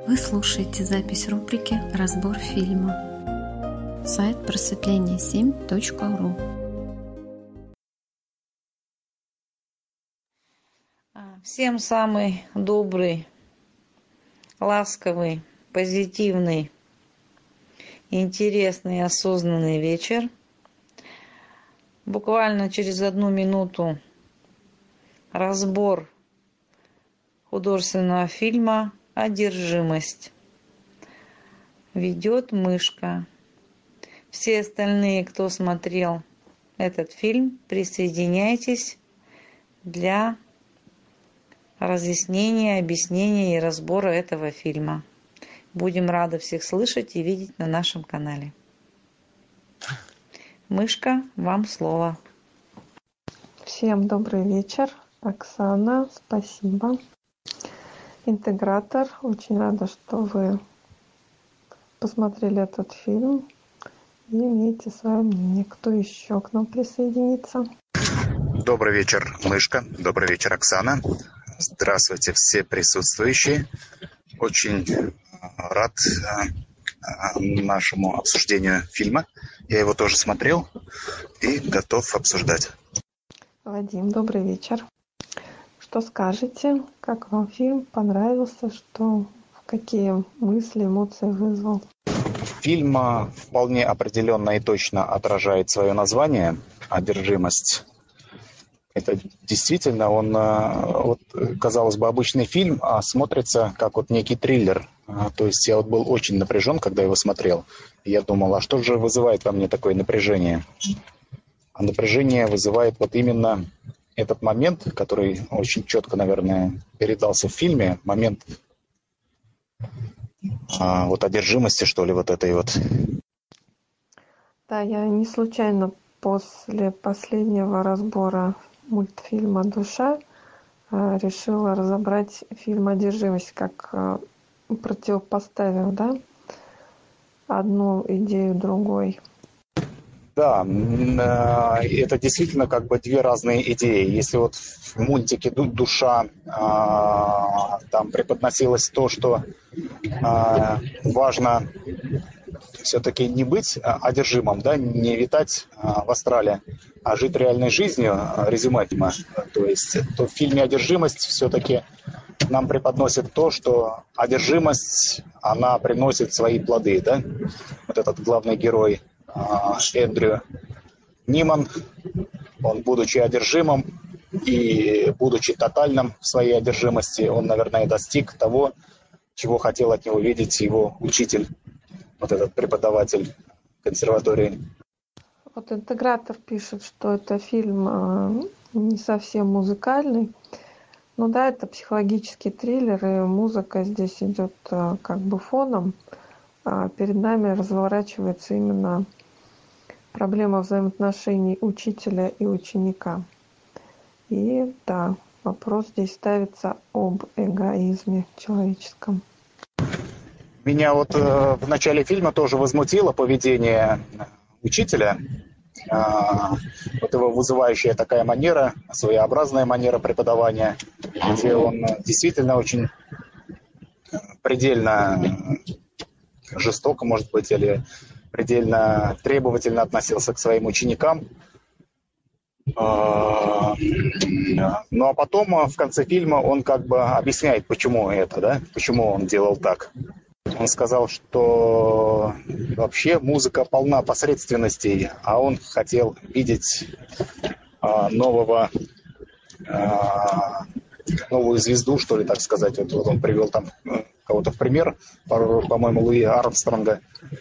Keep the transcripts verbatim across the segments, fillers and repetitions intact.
Вы слушаете запись рубрики «Разбор фильма». Сайт просветление семь точка ру. Всем самый добрый, ласковый, позитивный, интересный и осознанный вечер. Буквально через одну минуту разбор художественного фильма «Одержимость». Ведет Мышка. Все остальные, кто смотрел этот фильм, присоединяйтесь для разъяснения, объяснения и разбора этого фильма. Будем рады всех слышать и видеть на нашем канале. Мышка, вам слово. Всем добрый вечер. Оксана, спасибо. Интегратор, очень рада, что вы посмотрели этот фильм и имеете свое мнение. Кто еще к нам присоединится? Добрый вечер, Мышка. Добрый вечер, Оксана. Здравствуйте, все присутствующие. Очень рад нашему обсуждению фильма. Я его тоже смотрел и готов обсуждать. Вадим, добрый вечер. Что скажете? Как вам фильм? Понравился? Что, какие мысли, эмоции вызвал? Фильм вполне определенно и точно отражает свое название «Одержимость». Это действительно, он, вот, казалось бы, обычный фильм, а смотрится как вот некий триллер. То есть я вот был очень напряжен, когда его смотрел. Я думал, а что же вызывает во мне такое напряжение? А напряжение вызывает вот именно этот момент, который очень четко, наверное, передался в фильме. Момент а, вот одержимости, что ли, вот этой вот. Да, я не случайно после последнего разбора мультфильма «Душа» решила разобрать фильм «Одержимость», как противопоставив, да, одну идею другой. Да, это действительно как бы две разные идеи. Если вот в мультике «Душа» там преподносилось то, что важно все-таки не быть одержимым, да, не витать в астрале, а жить реальной жизнью, резюме. То есть то в фильме «Одержимость» все-таки нам преподносит то, что одержимость, она приносит свои плоды, да. Вот этот главный герой Эндрю Ниман, он, будучи одержимым и будучи тотальным в своей одержимости, он, наверное, достиг того, чего хотел от него видеть его учитель, вот этот преподаватель консерватории. Вот интегратор пишет, что это фильм не совсем музыкальный. Ну да, это психологический триллер, и музыка здесь идет как бы фоном. А перед нами разворачивается именно проблема взаимоотношений учителя и ученика. И да, вопрос здесь ставится об эгоизме человеческом. Меня вот э, в начале фильма тоже возмутило поведение учителя. Э, вот его вызывающая такая манера, своеобразная манера преподавания, где он действительно очень предельно жестоко, может быть, или предельно требовательно относился к своим ученикам. Ну а потом в конце фильма он как бы объясняет, почему это, да, почему он делал так. Он сказал, что вообще музыка полна посредственностей, а он хотел видеть нового, новую звезду, что ли, так сказать. Вот, вот он привел там кого-то в пример, по-моему, Луи Армстронга.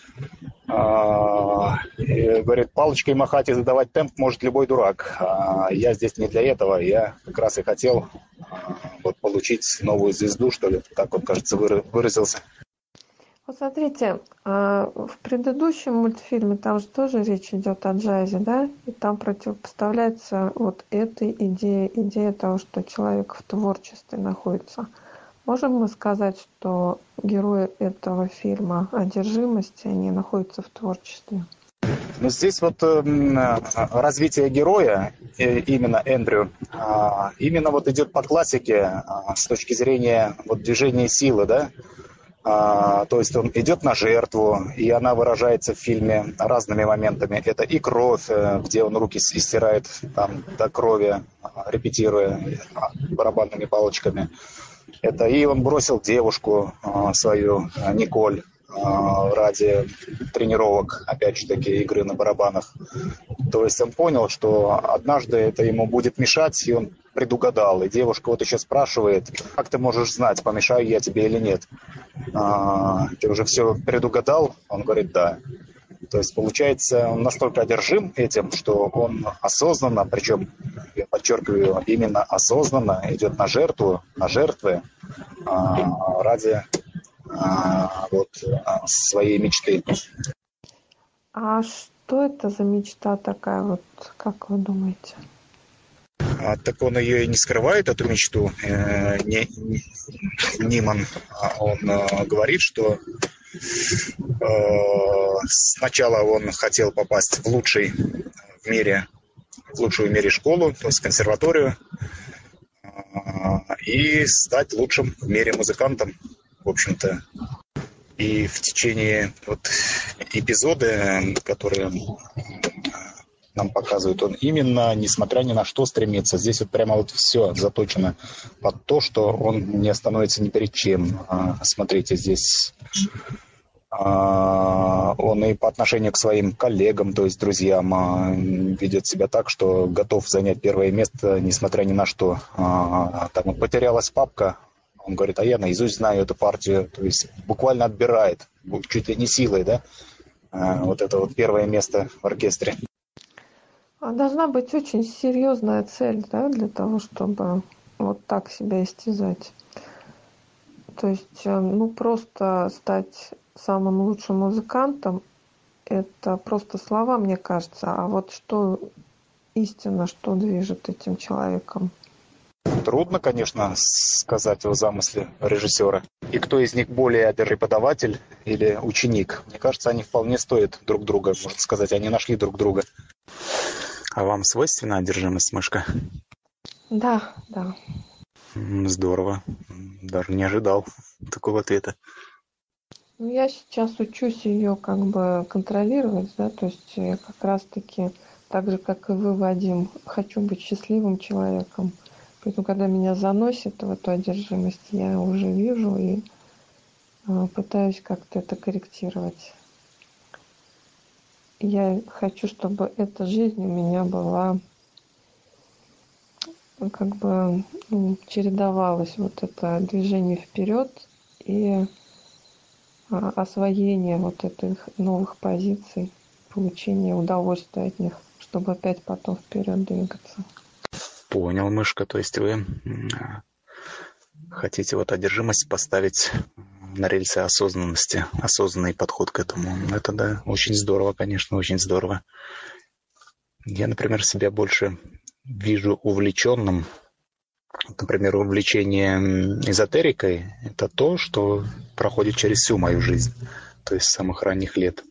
И говорит, палочкой махать и задавать темп может любой дурак. А я здесь не для этого. Я как раз и хотел вот, получить новую звезду, что ли. Так он, кажется, выразился. Вот смотрите, в предыдущем мультфильме там же тоже речь идет о джазе, да? И там противопоставляется вот этой идее, идея того, что человек в творчестве находится. Можем мы сказать, что герои этого фильма «Одержимости», они находятся в творчестве? Но здесь вот э, развитие героя, э, именно Эндрю, э, именно вот идет по классике э, с точки зрения вот, движения силы, да. А, то есть он идет на жертву, и она выражается в фильме разными моментами. Это и кровь, где он руки стирает там, до крови, репетируя барабанными палочками. Это и он бросил девушку свою, Николь, ради тренировок, опять же таки, игры на барабанах. То есть он понял, что однажды это ему будет мешать, и он предугадал. И девушка вот еще спрашивает, как ты можешь знать, помешаю я тебе или нет? А, ты уже все предугадал? Он говорит, да. То есть, получается, он настолько одержим этим, что он осознанно, причем, я подчеркиваю, именно осознанно идет на жертву, на жертвы а, ради а, вот, своей мечты. А что это за мечта такая, вот, как вы думаете? А, так он ее и не скрывает, эту мечту. Э, не, не, Ниман, он э, говорит, что э, сначала он хотел попасть в лучший в мире, в лучшую в мире школу, то есть консерваторию, э, и стать лучшим в мире музыкантом, в общем-то. И в течение вот эпизода, которые нам показывают, он именно, несмотря ни на что, стремится. Здесь вот прямо вот все заточено под то, что он не остановится ни перед чем. Смотрите, здесь он и по отношению к своим коллегам, то есть друзьям, ведет себя так, что готов занять первое место, несмотря ни на что. Там вот потерялась папка, он говорит, а я наизусть знаю эту партию, то есть буквально отбирает, чуть ли не силой, да, вот это вот первое место в оркестре. Должна быть очень серьезная цель, да, для того, чтобы вот так себя истязать. То есть, ну, просто стать самым лучшим музыкантом – это просто слова, мне кажется. А вот что истинно, что движет этим человеком? Трудно, конечно, сказать о замысле режиссера. И кто из них более преподаватель или ученик? Мне кажется, они вполне стоят друг друга, можно сказать. Они нашли друг друга. А вам свойственна одержимость, Мышка? Да, да. Здорово. Даже не ожидал такого ответа. Ну, я сейчас учусь ее как бы контролировать, да, то есть я как раз-таки, так же, как и вы, Вадим, хочу быть счастливым человеком. Поэтому, когда меня заносит в эту одержимость, я уже вижу и э, пытаюсь как-то это корректировать. Я хочу, чтобы эта жизнь у меня была, как бы, ну, чередовалась вот это движение вперед и а, освоение вот этих новых позиций, получение удовольствия от них, чтобы опять потом вперед двигаться. Понял, Мышка, то есть вы хотите вот одержимость поставить на рельсы осознанности, осознанный подход к этому. Это, да, очень здорово, конечно, очень здорово. Я, например, себя больше вижу увлеченным. Например, увлечение эзотерикой – это то, что проходит через всю мою жизнь, то есть с самых ранних лет.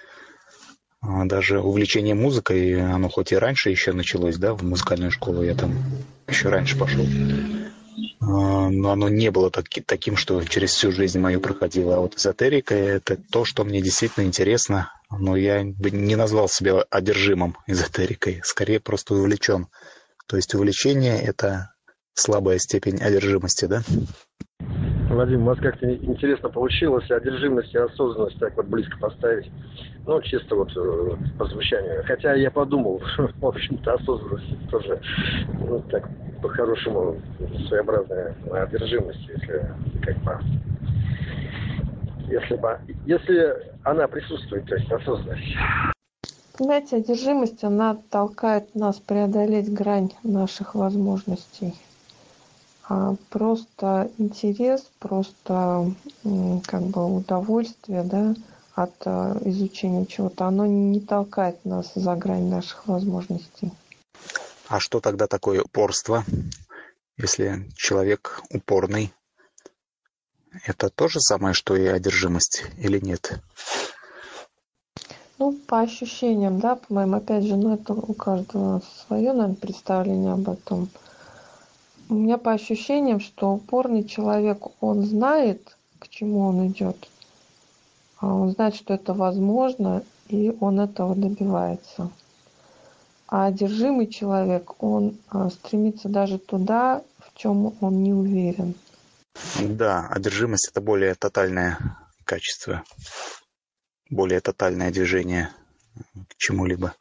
Даже увлечение музыкой, оно хоть и раньше еще началось, да, в музыкальную школу я там еще раньше пошел, но оно не было таки, таким, что через всю жизнь мою проходило. А вот эзотерика – это то, что мне действительно интересно, но я бы не назвал себя одержимым эзотерикой, скорее просто увлечен. То есть увлечение – это слабая степень одержимости, да? Вадим, у вас как-то интересно получилось одержимость и осознанность так вот близко поставить. Ну, чисто вот по звучанию. Хотя я подумал, в общем-то, осознанность тоже, ну, так, по-хорошему, своеобразная одержимость, если как бы, если бы, если она присутствует, то есть осознанность. Понимаете, одержимость, она толкает нас преодолеть грань наших возможностей. А просто интерес, просто как бы удовольствие, да, от изучения чего-то, оно не толкает нас за грань наших возможностей. А что тогда такое упорство? Если человек упорный, это то же самое, что и одержимость или нет? Ну, по ощущениям, да, по моим, опять же, ну, это у каждого свое, наверное, представление об этом. У меня по ощущениям, что упорный человек, он знает, к чему он идет. Он знает, что это возможно, и он этого добивается. А одержимый человек, он стремится даже туда, в чем он не уверен. Да, одержимость – это более тотальное качество, более тотальное движение к чему-либо.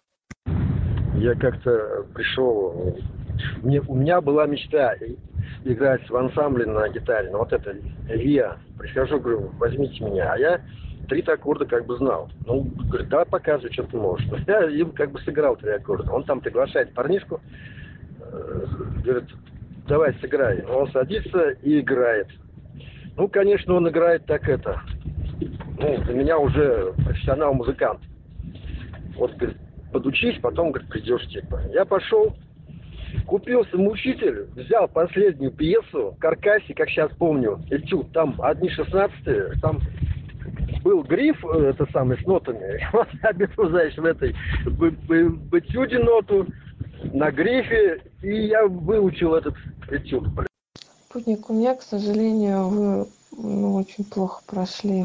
Я как-то пришел, мне, у меня была мечта играть в ансамбле на гитаре, но вот это Илья. Прихожу, говорю, возьмите меня, а я три аккорда как бы знал. Ну, говорит, давай показывай, что ты можешь. Я им как бы сыграл три аккорда. Он там приглашает парнишку, говорит, давай сыграй. Он садится и играет. Ну, конечно, он играет так это. Ну, для меня уже профессионал-музыкант. Вот, говорит, подучись, потом, говорит, придешь, типа. Я пошел, купил самоучитель, взял последнюю пьесу в Каркасе, как сейчас помню, этюд, там одни шестнадцатые, там был гриф, это самый, с нотами. Вот я беру, знаешь, в этой, в этюде ноту, на грифе, и я выучил этот этюд. Путник, у меня, к сожалению, вы ну, очень плохо прошли.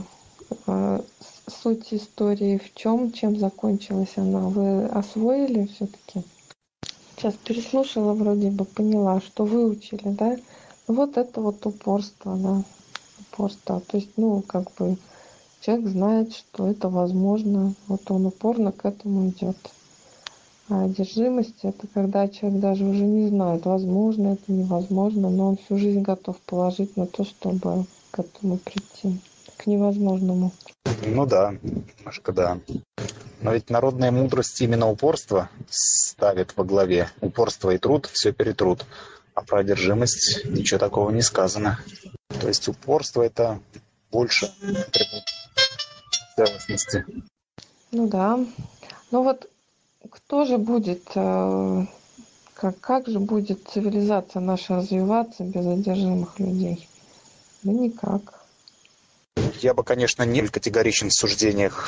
Суть истории в чем, чем закончилась она? Вы освоили все-таки? Сейчас переслушала, вроде бы поняла, что выучили, да? Вот это вот упорство, да, упорство. То есть, ну, как бы человек знает, что это возможно, вот он упорно к этому идет. А одержимость – это когда человек даже уже не знает, возможно это, невозможно, но он всю жизнь готов положить на то, чтобы к этому прийти, к невозможному. Ну да, немножко да. Но ведь народная мудрость именно упорство ставит во главе. Упорство и труд все перетрут. А про одержимость ничего такого не сказано. То есть упорство – это больше атрибут целостности. Ну да. Ну вот кто же будет, как, как же будет цивилизация наша развиваться без одержимых людей? Да никак. Я бы, конечно, не категоричен в суждениях.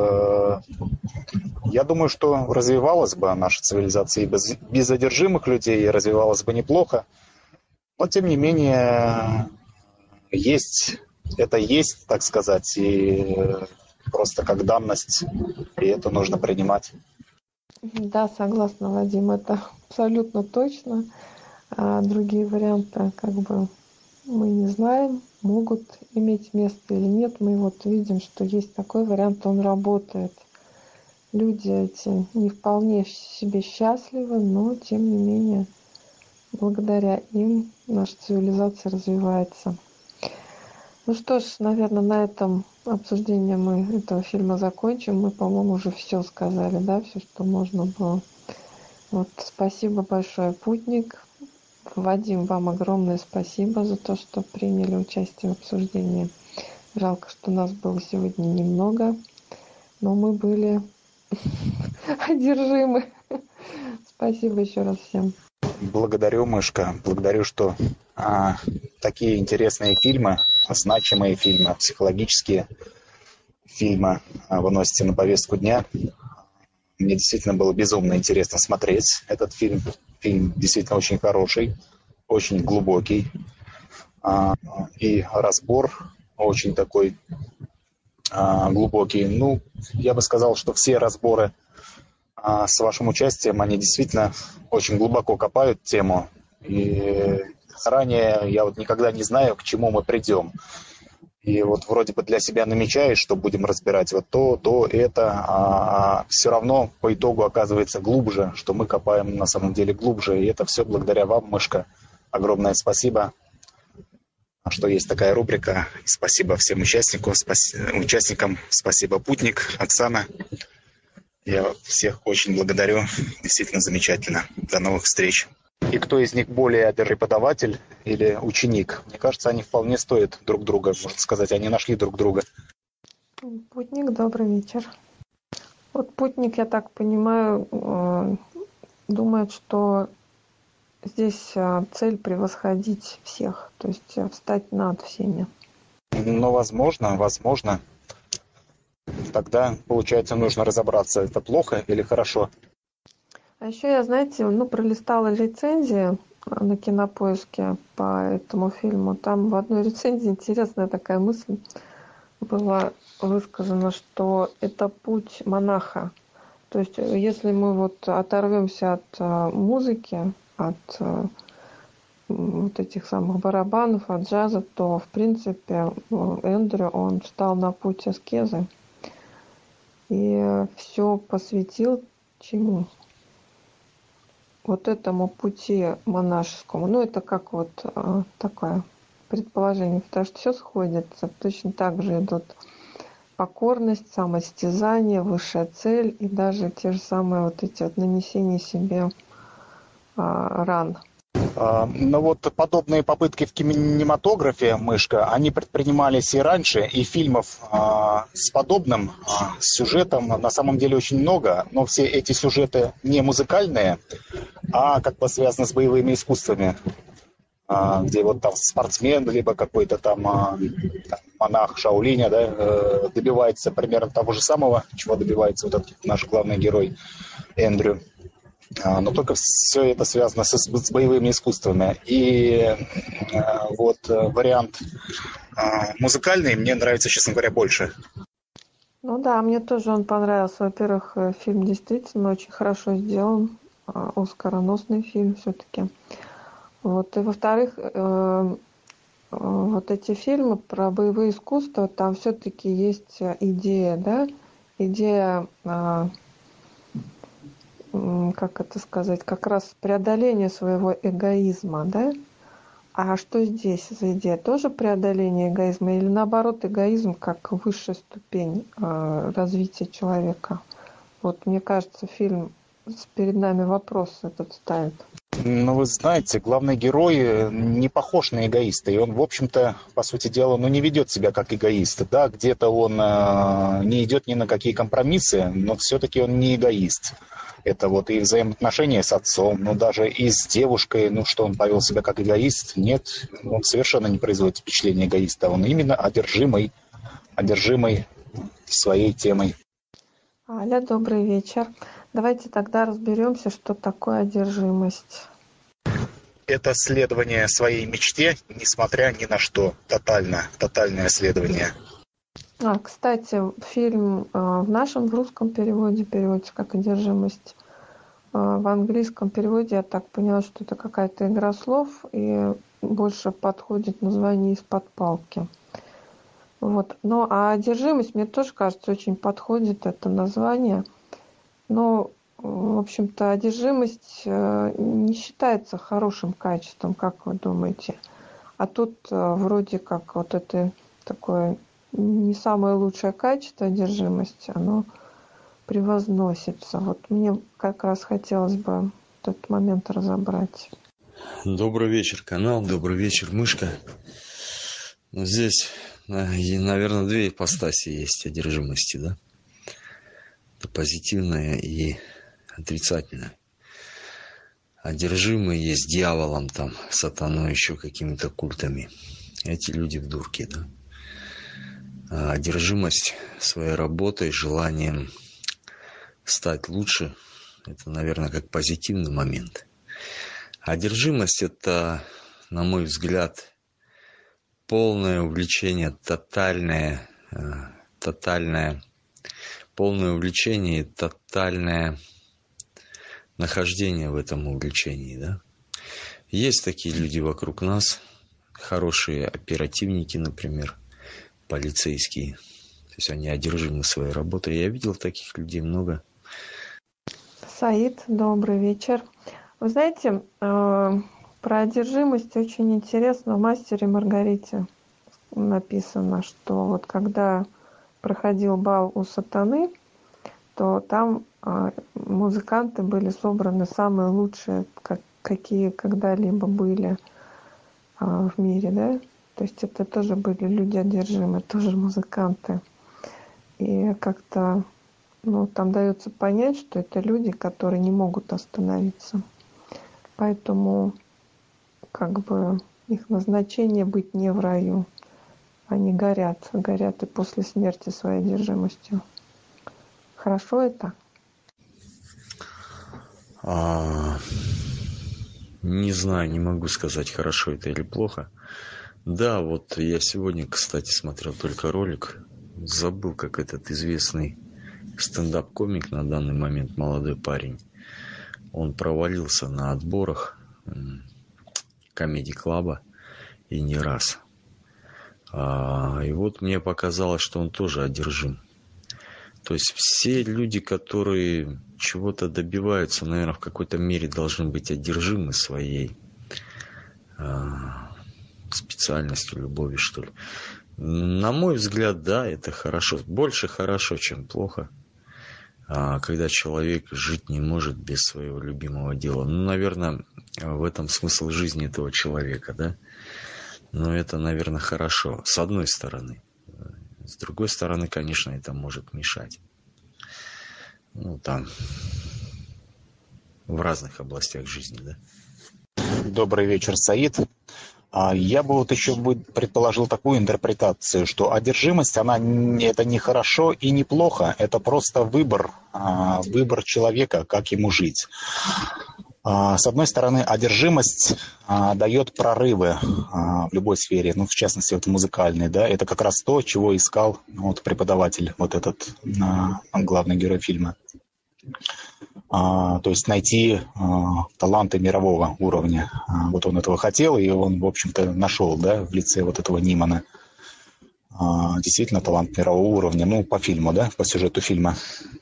Я думаю, что развивалась бы наша цивилизация и без, без одержимых людей, развивалась бы неплохо. Но, тем не менее, есть, это есть, так сказать, и просто как данность, и это нужно принимать. Да, согласна, Вадим, это абсолютно точно. А другие варианты, как бы, мы не знаем, могут иметь место или нет. Мы вот видим, что есть такой вариант, он работает. Люди эти не вполне в себе счастливы, но тем не менее, благодаря им наша цивилизация развивается. Ну что ж, наверное, на этом обсуждение мы этого фильма закончим. Мы, по-моему, уже все сказали, да, все, что можно было. Вот, спасибо большое, Путник. Вадим, вам огромное спасибо за то, что приняли участие в обсуждении. Жалко, что нас было сегодня немного, но мы были одержимы. Спасибо еще раз всем. Благодарю, Мышка. Благодарю, что а, такие интересные фильмы, значимые фильмы, психологические фильмы а, выносите на повестку дня. Мне действительно было безумно интересно смотреть этот фильм. Фильм действительно очень хороший, очень глубокий. А, и разбор очень такой а, глубокий. Ну, я бы сказал, что все разборы а, с вашим участием, они действительно очень глубоко копают тему. И ранее я вот никогда не знаю, к чему мы придем. И вот вроде бы для себя намечаешь, что будем разбирать вот то, то, это, а все равно по итогу оказывается глубже, что мы копаем на самом деле глубже. И это все благодаря вам, Мышка. Огромное спасибо, что есть такая рубрика. Спасибо всем участникам, спас... участникам. Спасибо, Путник, Оксана. Я всех очень благодарю. Действительно замечательно. До новых встреч. И кто из них более преподаватель или ученик? Мне кажется, они вполне стоят друг друга. Можно сказать, они нашли друг друга. Путник, добрый вечер. Вот Путник, я так понимаю, думает, что здесь цель превосходить всех, то есть встать над всеми. Ну, возможно, возможно. Тогда, получается, нужно разобраться, это плохо или хорошо. А еще я, знаете, ну, пролистала рецензии на Кинопоиске по этому фильму. Там в одной рецензии интересная такая мысль была высказана, что это путь монаха. То есть, если мы вот оторвемся от музыки, от вот этих самых барабанов, от джаза, то, в принципе, Эндрю, он встал на путь аскезы и все посвятил чему? Вот этому пути монашескому. Ну, это как вот а, такое предположение, потому что все сходится. Точно так же идут покорность, самостязание, высшая цель и даже те же самые вот эти вот нанесения себе а, ран. Но вот подобные попытки в кинематографе, Мышка, они предпринимались и раньше, и фильмов а, с подобным а, сюжетом на самом деле очень много, но все эти сюжеты не музыкальные, а как бы связаны с боевыми искусствами, а, где вот там спортсмен, либо какой-то там, а, там монах Шаолиня, да, добивается примерно того же самого, чего добивается вот этот наш главный герой Эндрю. Но только все это связано с, с боевыми искусствами. И вот вариант музыкальный мне нравится, честно говоря, больше. Ну да, мне тоже он понравился. Во-первых, фильм действительно очень хорошо сделан. Оскароносный фильм все-таки. Вот. И во-вторых, вот эти фильмы про боевые искусства, там все-таки есть идея, да? Идея... как это сказать, как раз преодоление своего эгоизма, да? А что здесь за идея? Тоже преодоление эгоизма или наоборот эгоизм как высшая ступень э, развития человека? Вот мне кажется, фильм перед нами вопрос этот ставит. Ну, вы знаете, главный герой не похож на эгоиста, и он, в общем-то, по сути дела, ну, не ведет себя как эгоист. Да, где-то он э, не идет ни на какие компромиссы, но все-таки он не эгоист. Это вот и взаимоотношения с отцом, но даже и с девушкой, ну, что он повел себя как эгоист, нет, он совершенно не производит впечатление эгоиста, он именно одержимый, одержимый своей темой. Аля, добрый вечер. Давайте тогда разберемся, что такое одержимость. Это следование своей мечте, несмотря ни на что, тотально, тотальное следование. А, кстати, фильм э, в нашем в русском переводе переводится как «Одержимость». Э, в английском переводе я так поняла, что это какая-то игра слов и больше подходит название «Из-под палки». Вот. Ну, а «Одержимость» мне тоже кажется очень подходит это название. Но, в общем-то, одержимость э, не считается хорошим качеством, как вы думаете? А тут э, вроде как вот это такое... не самое лучшее качество одержимости, оно превозносится. Вот мне как раз хотелось бы этот момент разобрать. Добрый вечер, канал. Добрый вечер, Мышка. Здесь, наверное, две ипостаси есть одержимости, да? Это позитивная и отрицательная. Одержимые есть дьяволом, там, сатаной, еще какими-то культами. Эти люди в дурке, да? Одержимость своей работой, желанием стать лучше, это, наверное, как позитивный момент. Одержимость – это, на мой взгляд, полное увлечение, тотальное, тотальное, полное увлечение и тотальное нахождение в этом увлечении. Да? Есть такие люди вокруг нас, хорошие оперативники, например, полицейские. То есть они одержимы своей работой. Я видел таких людей много. Саид, добрый вечер. Вы знаете, э, про одержимость очень интересно в «Мастере и Маргарите» написано, что вот когда проходил бал у сатаны, то там э, музыканты были собраны самые лучшие, как, какие когда-либо были э, в мире, да? То есть это тоже были люди одержимые, тоже музыканты. И как-то, ну, там дается понять, что это люди, которые не могут остановиться. Поэтому, как бы, их назначение быть не в раю. Они горят, горят и после смерти своей одержимостью. Хорошо это? А, Не знаю, не могу сказать, хорошо это или плохо. Да, вот я сегодня, кстати, смотрел только ролик. Забыл, как этот известный стендап-комик на данный момент, молодой парень. Он провалился на отборах комеди-клаба и не раз. А, и вот мне показалось, что он тоже одержим. То есть все люди, которые чего-то добиваются, наверное, в какой-то мере должны быть одержимы своей а, специальностью, любовью, что ли. На мой взгляд, да, это хорошо. Больше хорошо, чем плохо. А, когда человек жить не может без своего любимого дела. Ну, наверное, в этом смысл жизни этого человека, да. Но это, наверное, хорошо. С одной стороны. С другой стороны, конечно, это может мешать. Ну, там, в разных областях жизни, да. Добрый вечер, Саид. Я бы вот еще бы предположил такую интерпретацию, что одержимость, она это не хорошо и не плохо, это просто выбор, выбор человека, как ему жить. С одной стороны, одержимость дает прорывы в любой сфере, ну, в частности, вот музыкальной, да, это как раз то, чего искал вот, преподаватель, вот этот главный герой фильма. То есть найти таланты мирового уровня. Вот он этого хотел, и он, в общем-то, нашел, да, в лице вот этого Нимана. Действительно талант мирового уровня, ну, по фильму, да, по сюжету фильма.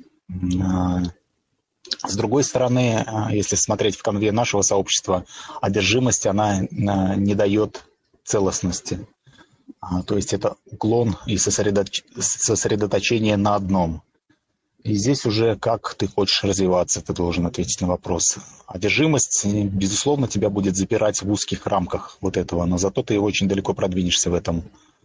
С другой стороны, если смотреть в конве нашего сообщества, одержимость, она не дает целостности. То есть это уклон и сосредоточение на одном. И здесь уже как ты хочешь развиваться, ты должен ответить на вопрос. Одержимость, безусловно, тебя будет запирать в узких рамках вот этого, но зато ты очень далеко продвинешься в этом.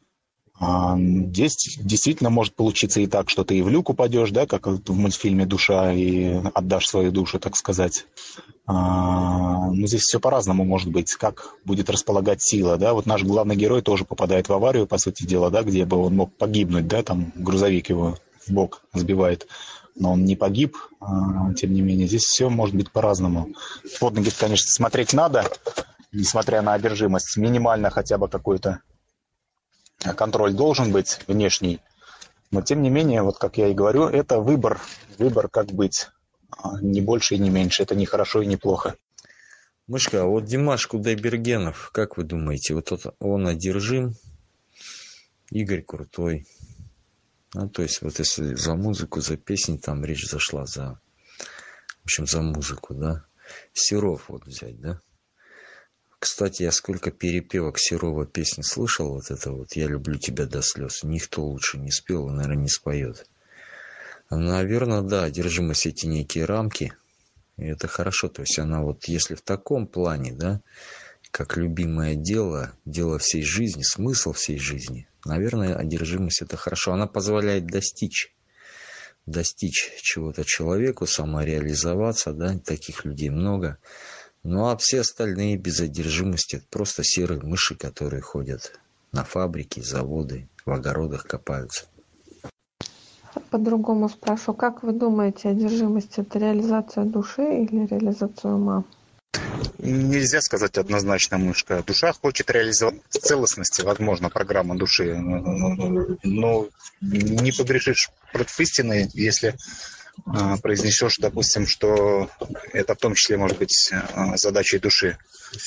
Здесь действительно может получиться и так, что ты и в люк упадешь, да, как в мультфильме «Душа», и отдашь свою душу, так сказать. Но здесь все по-разному может быть, как будет располагать сила, да. Вот наш главный герой тоже попадает в аварию, по сути дела, да, где бы он мог погибнуть, да, там грузовик его в бок сбивает, но он не погиб, тем не менее, здесь все может быть по-разному. Под ноги, конечно, смотреть надо, несмотря на одержимость, минимально хотя бы какой-то контроль должен быть внешний, но тем не менее, вот как я и говорю, это выбор, выбор как быть, не больше и не меньше, это не хорошо и не плохо. Мышка, а вот Димаш Кудайбергенов, как вы думаете, вот он одержим, Игорь крутой? Ну, то есть, вот если за музыку, за песни, там речь зашла за, в общем, за музыку, да. Серов вот взять, да. Кстати, я сколько перепевок Серова песни слышал, вот это вот «Я люблю тебя до слез», никто лучше не спел и, наверное, не споет. Наверное, да, одержимость эти некие рамки, и это хорошо, то есть она вот, если в таком плане, да, как любимое дело, дело всей жизни, смысл всей жизни, наверное, одержимость это хорошо. Она позволяет достичь, достичь чего-то человеку, самореализоваться, да, таких людей много. Ну, а все остальные без одержимости это просто серые мыши, которые ходят на фабрики, заводы, в огородах копаются. По-другому спрошу, как вы думаете, одержимость это реализация души или реализация ума? Нельзя сказать однозначно, мышка. Душа хочет реализовать целостности, возможно, программа души. Но не погрешишь против истины, если произнесешь, допустим, что это в том числе может быть задачей души.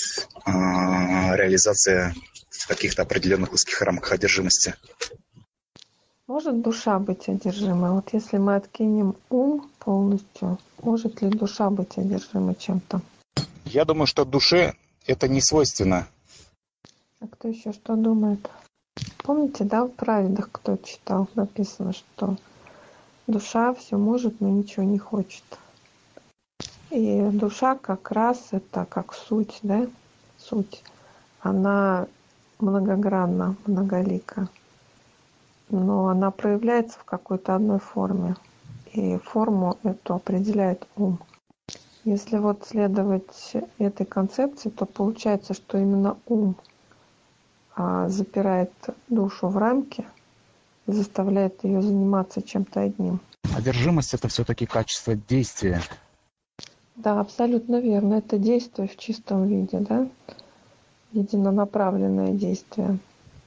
Реализация в каких-то определенных узких рамках одержимости. Может душа быть одержимой? Вот если мы откинем ум полностью, может ли душа быть одержимой чем-то? Я думаю, что душе это не свойственно. А кто еще что думает? Помните, да, в праведах кто читал, написано, что душа все может, но ничего не хочет. И душа как раз это как суть, да, суть. Она многогранна, многолика. Но она проявляется в какой-то одной форме. И форму эту определяет ум. Если вот следовать этой концепции, то получается, что именно ум а, запирает душу в рамки и заставляет ее заниматься чем-то одним. Одержимость – это все-таки качество действия. Да, абсолютно верно. Это действие в чистом виде, да? Единонаправленное действие.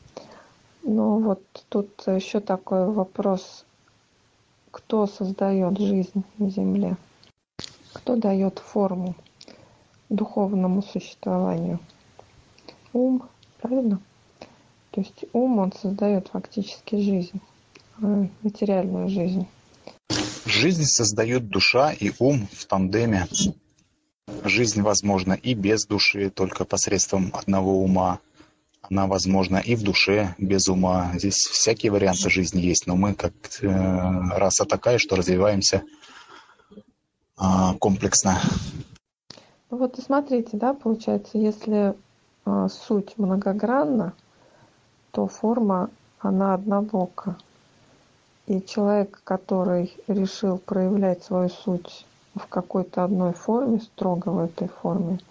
Но вот тут еще такой вопрос. Кто создает жизнь на Земле? Кто дает форму духовному существованию? Ум, правильно? То есть ум, он создает фактически жизнь, материальную жизнь. Жизнь создают душа и ум в тандеме. Жизнь возможна и без души, только посредством одного ума. Она возможна и в душе, без ума. Здесь всякие варианты жизни есть, но мы как э, раса такая, что развиваемся э, комплексно. Ну вот и смотрите, да, получается, если э, суть многогранна, то форма, она однобока. И человек, который решил проявлять свою суть в какой-то одной форме, строго в этой форме,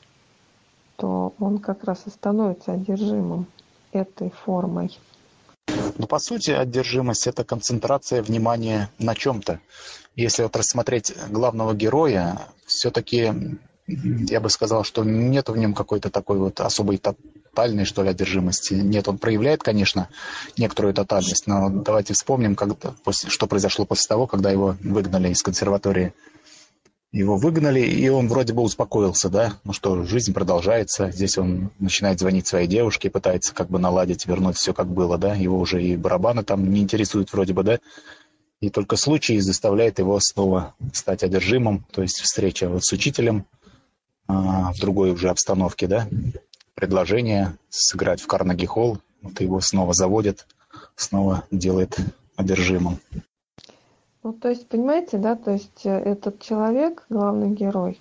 то он как раз и становится одержимым этой формой. Но по сути одержимость – это концентрация внимания на чем-то. Если вот рассмотреть главного героя, все-таки я бы сказал, что нет в нем какой-то такой вот особой тотальной, что ли, одержимости. Нет, он проявляет, конечно, некоторую тотальность, но давайте вспомним, как, после, что произошло после того, когда его выгнали из консерватории. Его выгнали, и он вроде бы успокоился, да? Ну что, жизнь продолжается. Здесь он начинает звонить своей девушке, пытается как бы наладить, вернуть все как было, да? Его уже и барабаны там не интересуют вроде бы, да? И только случай заставляет его снова стать одержимым, то есть встреча вот с учителем а, в другой уже обстановке, да? Предложение сыграть в Карнеги-холл, вот его снова заводят, снова делает одержимым. Ну, то есть, понимаете, да, то есть этот человек, главный герой,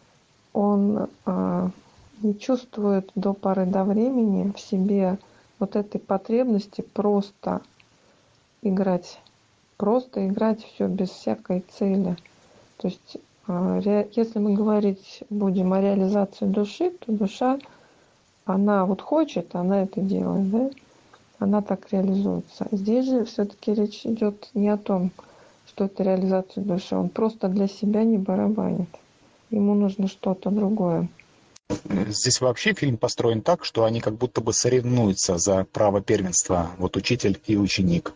он э, не чувствует до поры до времени в себе вот этой потребности просто играть, просто играть все без всякой цели. То есть, э, ре, если мы говорить будем о реализации души, то душа, она вот хочет, она это делает, да, она так реализуется. Здесь же все-таки речь идет не о том, что это реализация души. Он просто для себя не барабанит. Ему нужно что-то другое. Здесь вообще фильм построен так, что они как будто бы соревнуются за право первенства. Вот учитель и ученик.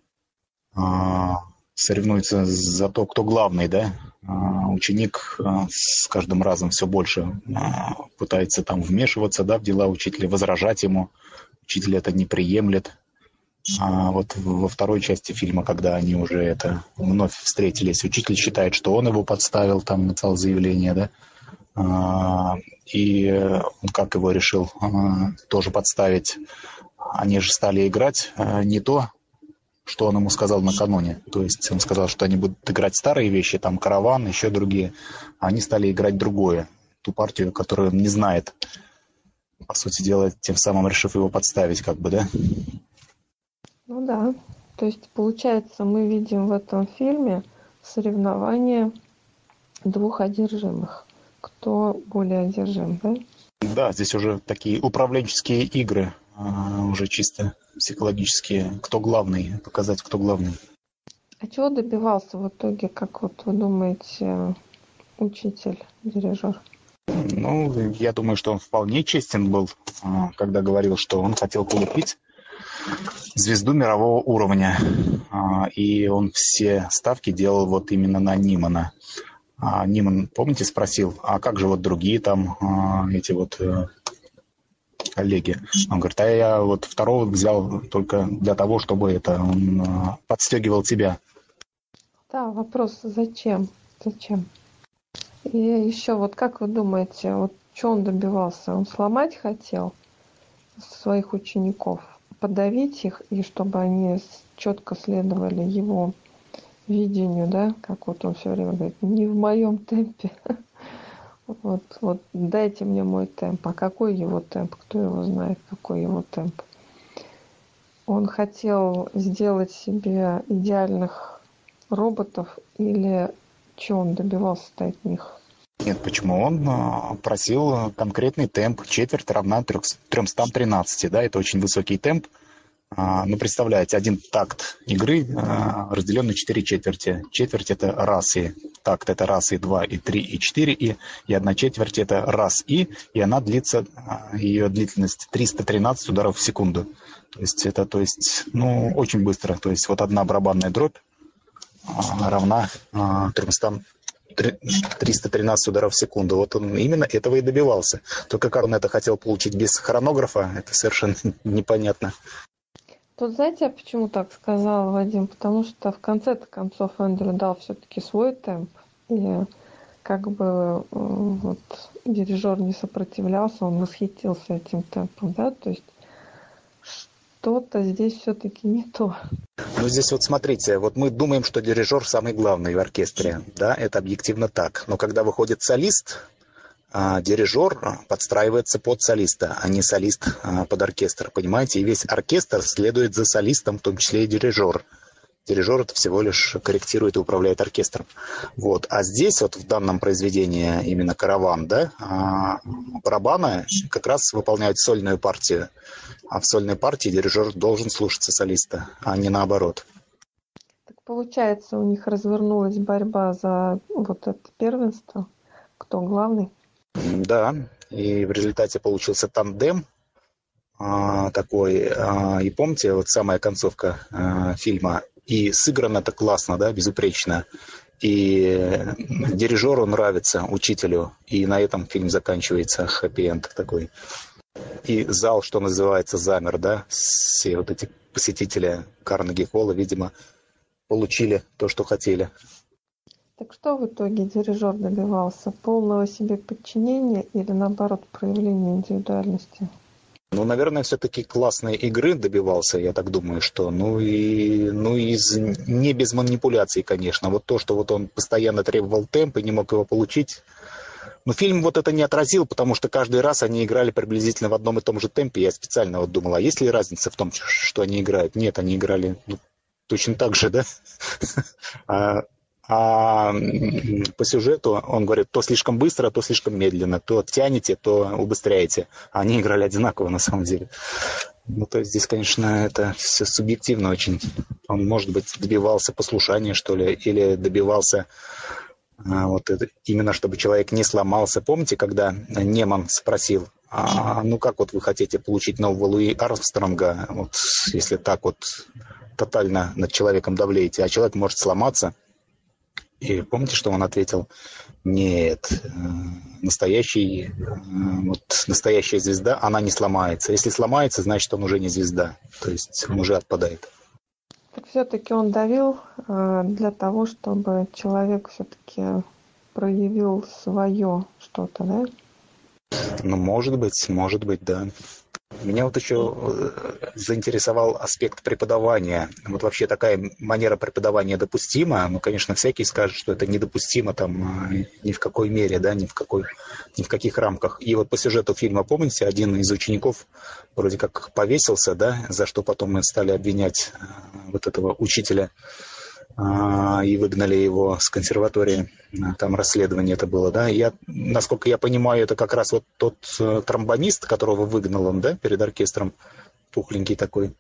А, соревнуются за то, кто главный, да? А, ученик а, с каждым разом все больше а, пытается там вмешиваться, да, в дела учителя, возражать ему. Учитель это не приемлет. А вот во второй части фильма, когда они уже это вновь встретились, учитель считает, что он его подставил, там написал заявление, да, а, и он как его решил а, тоже подставить. Они же стали играть а, не то, что он ему сказал накануне. То есть он сказал, что они будут играть старые вещи, там караван, еще другие. А они стали играть другое, ту партию, которую он не знает. По сути дела, тем самым решив его подставить, как бы, да. Ну да, то есть получается, мы видим в этом фильме соревнование двух одержимых. Кто более одержим, да? Да, здесь уже такие управленческие игры, уже чисто психологические. Кто главный, показать, кто главный. А чего добивался в итоге, как вот вы думаете, учитель, дирижер? Ну, я думаю, что он вполне честен был, когда говорил, что он хотел полюбить звезду мирового уровня. И он все ставки делал вот именно на Нимана. А Ниман, помните, спросил, а как же вот другие там эти вот коллеги? Он говорит, а я вот второго взял только для того, чтобы это он подстегивал тебя. Да, вопрос, зачем? Зачем? И еще вот как вы думаете, вот что он добивался? Он сломать хотел своих учеников? Подавить их, и чтобы они четко следовали его видению, да, как вот он все время говорит, не в моем темпе. Вот, вот дайте мне мой темп. А какой его темп? Кто его знает, какой его темп? Он хотел сделать себе идеальных роботов или чего он добивался от них? Нет, почему? Он просил конкретный темп. Четверть равна триста тринадцать, да, это очень высокий темп. Ну, представляете, один такт игры разделен на четыре четверти. Четверть – это раз и, такт – это раз и, два и, три и, четыре и, и одна четверть – это раз и, и она длится, ее длительность триста тринадцать ударов в секунду. То есть это, то есть, ну, очень быстро. То есть вот одна барабанная дробь равна триста тринадцать ударов в секунду. Вот он именно этого и добивался. Только как он это хотел получить без хронографа, это совершенно непонятно. Тут знаете, я почему так сказала, Вадим? Потому что в конце-то концов Эндрю дал все-таки свой темп. И как бы вот дирижер не сопротивлялся, он восхитился этим темпом, да? То есть что-то здесь все-таки не то. Ну, здесь вот смотрите, вот мы думаем, что дирижер самый главный в оркестре, да, это объективно так. Но когда выходит солист, а, дирижер подстраивается под солиста, а не солист а, под оркестр, понимаете? И весь оркестр следует за солистом, в том числе и дирижер. Дирижер это всего лишь корректирует и управляет оркестром. Вот. А здесь вот в данном произведении именно «Караван», да, а, барабаны как раз выполняют сольную партию. А в сольной партии дирижер должен слушаться солиста, а не наоборот. Так получается, у них развернулась борьба за вот это первенство. Кто главный? Да, и в результате получился тандем а, такой. А, и помните, вот самая концовка а, фильма. И сыграно это классно, да, безупречно. И дирижеру нравится, учителю. И на этом фильм заканчивается, хэппи-энд такой. И зал, что называется, замер, да. Все вот эти посетители Карнеги-холла, видимо, получили то, что хотели. Так что в итоге дирижер добивался? Полного себе подчинения или, наоборот, проявления индивидуальности? Ну, наверное, все-таки классной игры добивался, я так думаю, что. Ну и, ну и не без манипуляций, конечно. Вот то, что вот он постоянно требовал темп и не мог его получить. Но фильм вот это не отразил, потому что каждый раз они играли приблизительно в одном и том же темпе. Я специально вот думал, а есть ли разница в том, что они играют? Нет, они играли ну, точно так же, да? А, а по сюжету он говорит, то слишком быстро, то слишком медленно, то тянете, то убыстряете. А они играли одинаково на самом деле. Ну, то есть здесь, конечно, это все субъективно очень. Он, может быть, добивался послушания, что ли, или добивался а, вот это, именно чтобы человек не сломался. Помните, когда Неман спросил, а, ну как вот вы хотите получить нового Луи Армстронга, вот, если так вот тотально над человеком давлеете, а человек может сломаться. И помните, что он ответил? Нет, настоящий, вот, настоящая звезда, она не сломается. Если сломается, значит, он уже не звезда. То есть он уже отпадает. Так все-таки он давил для того, чтобы человек все-таки проявил свое что-то, да? Ну, может быть, может быть, да. Меня вот еще заинтересовал аспект преподавания. Вот вообще такая манера преподавания допустима. Ну, конечно, всякий скажет, что это недопустимо там ни в какой мере, да, ни в какой, ни в каких рамках. И вот по сюжету фильма, помните, один из учеников вроде как повесился, да, за что потом мы стали обвинять вот этого учителя и выгнали его с консерватории. Там расследование это было, да. Я, насколько я понимаю, это как раз вот тот тромбонист, которого выгнал он, да, перед оркестром, пухленький такой.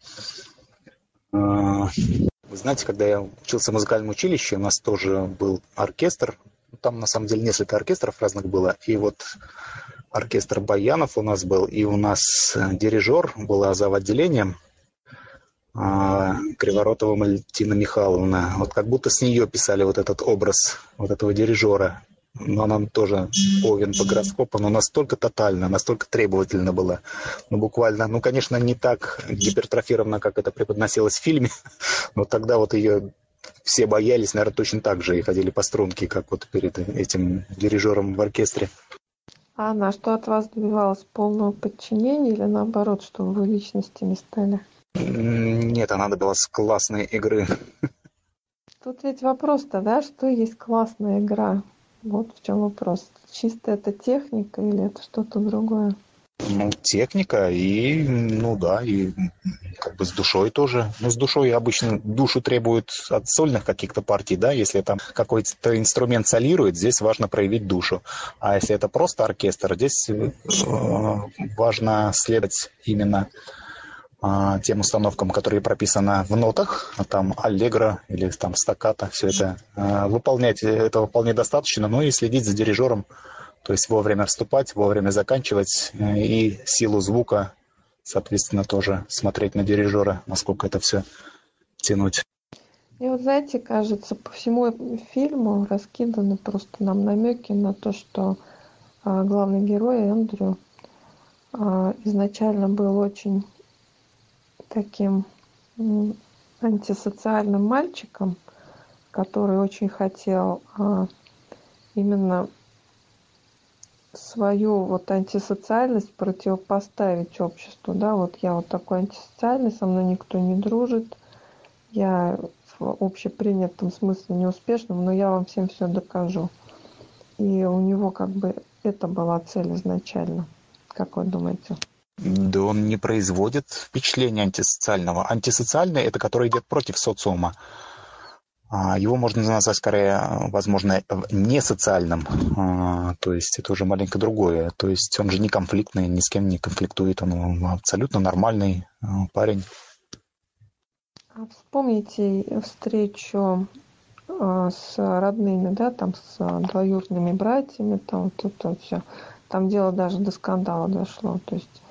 Вы знаете, когда я учился в музыкальном училище, у нас тоже был оркестр. Там, на самом деле, несколько оркестров разных было. И вот оркестр баянов у нас был, и у нас дирижер была зав. Отделением. Криворотова Валентина Михайловна. Вот как будто с нее писали вот этот образ вот этого дирижера. Но она тоже Овен по гороскопу, но настолько тотально, настолько требовательна была. Ну, буквально, ну, конечно, не так гипертрофировано, как это преподносилось в фильме, но тогда вот ее все боялись, наверное, точно так же и ходили по струнке, как вот перед этим дирижером в оркестре. А она что от вас добивалась? Полного подчинения или наоборот, чтобы вы личностями стали? Нет, она добилась классной игры. Тут ведь вопрос-то, да, что есть классная игра? Вот в чем вопрос. Чисто это техника или это что-то другое? Ну, техника и, ну да, и как бы с душой тоже. Ну, с душой обычно душу требуют от сольных каких-то партий, да, если там какой-то инструмент солирует, здесь важно проявить душу. А если это просто оркестр, здесь э, важно следовать именно а, тем установкам, которые прописаны в нотах, а там аллегро или там стаккато, все это а, выполнять, этого вполне достаточно, но и следить за дирижером, то есть вовремя вступать, вовремя заканчивать, и силу звука, соответственно, тоже смотреть на дирижера, насколько это все тянуть. И вот, знаете, кажется, по всему фильму раскиданы просто нам намеки на то, что а, главный герой Эндрю а, изначально был очень таким м, антисоциальным мальчиком, который очень хотел а, именно свою вот антисоциальность противопоставить обществу, да, вот я вот такой антисоциальный, со мной никто не дружит, я в общепринятом смысле неуспешным, но я вам всем все докажу. И у него как бы это была цель изначально. Как вы думаете? Да он не производит впечатления антисоциального. Антисоциальный – это который идет против социума. Его можно назвать скорее, возможно, несоциальным. То есть это уже маленько другое. То есть он же не конфликтный, ни с кем не конфликтует. Он абсолютно нормальный парень. А вспомните встречу с родными, да, там с двоюродными братьями, там вот это все. Там дело даже до скандала дошло. То есть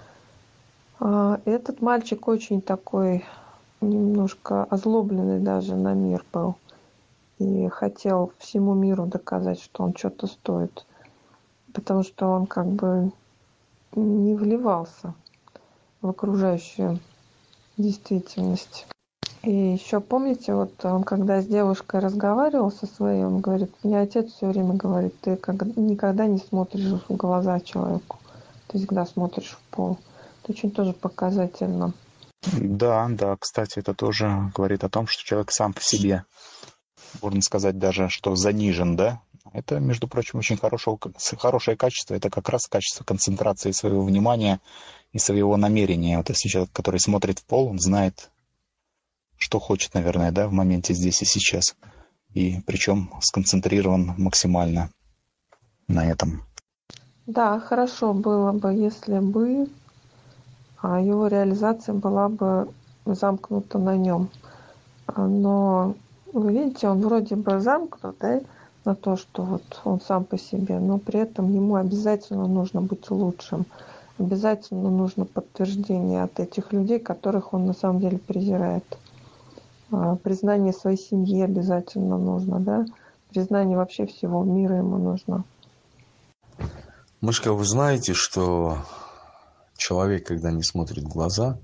этот мальчик очень такой немножко озлобленный даже на мир был. И хотел всему миру доказать, что он что-то стоит. Потому что он как бы не вливался в окружающую действительность. И еще помните, вот он когда с девушкой разговаривал со своей, он говорит, мне отец все время говорит, ты никогда не смотришь в глаза человеку, ты всегда смотришь в пол. Это очень тоже показательно. Да, да, кстати, это тоже говорит о том, что человек сам по себе, можно сказать даже, что занижен, да. Это, между прочим, очень хорошее, хорошее качество, это как раз качество концентрации своего внимания и своего намерения. Вот если человек, который смотрит в пол, он знает, что хочет, наверное, да, в моменте здесь и сейчас. И причем сконцентрирован максимально на этом. Да, хорошо было бы, если бы его реализация была бы замкнута на нем. Но вы видите, он вроде бы замкнут, да, на то, что вот он сам по себе, но при этом ему обязательно нужно быть лучшим. Обязательно нужно подтверждение от этих людей, которых он на самом деле презирает. Признание своей семьи обязательно нужно, да? Признание вообще всего мира ему нужно. Мышка, вы знаете, что человек, когда не смотрит в глаза,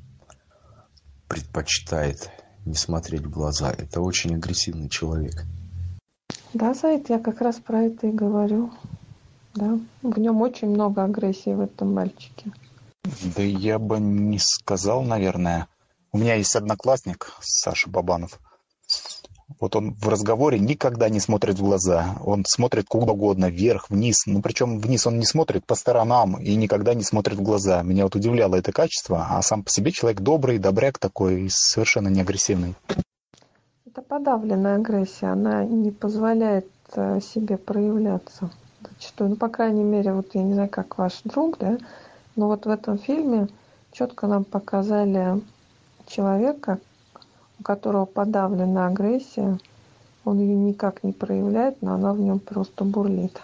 предпочитает не смотреть в глаза. Это очень агрессивный человек. Да, Зайд, я как раз про это и говорю. Да, в нем очень много агрессии в этом мальчике. Да я бы не сказал, наверное. У меня есть одноклассник, Саша Бабанов. Вот он в разговоре никогда не смотрит в глаза. Он смотрит куда угодно, вверх, вниз. Ну, причем вниз он не смотрит, по сторонам и никогда не смотрит в глаза. Меня вот удивляло это качество. А сам по себе человек добрый, добряк такой, и совершенно не агрессивный. Это подавленная агрессия. Она не позволяет себе проявляться. Зачастую, ну, по крайней мере, вот я не знаю, как ваш друг, да, но вот в этом фильме четко нам показали человека, у которого подавлена агрессия, он ее никак не проявляет, но она в нем просто бурлит.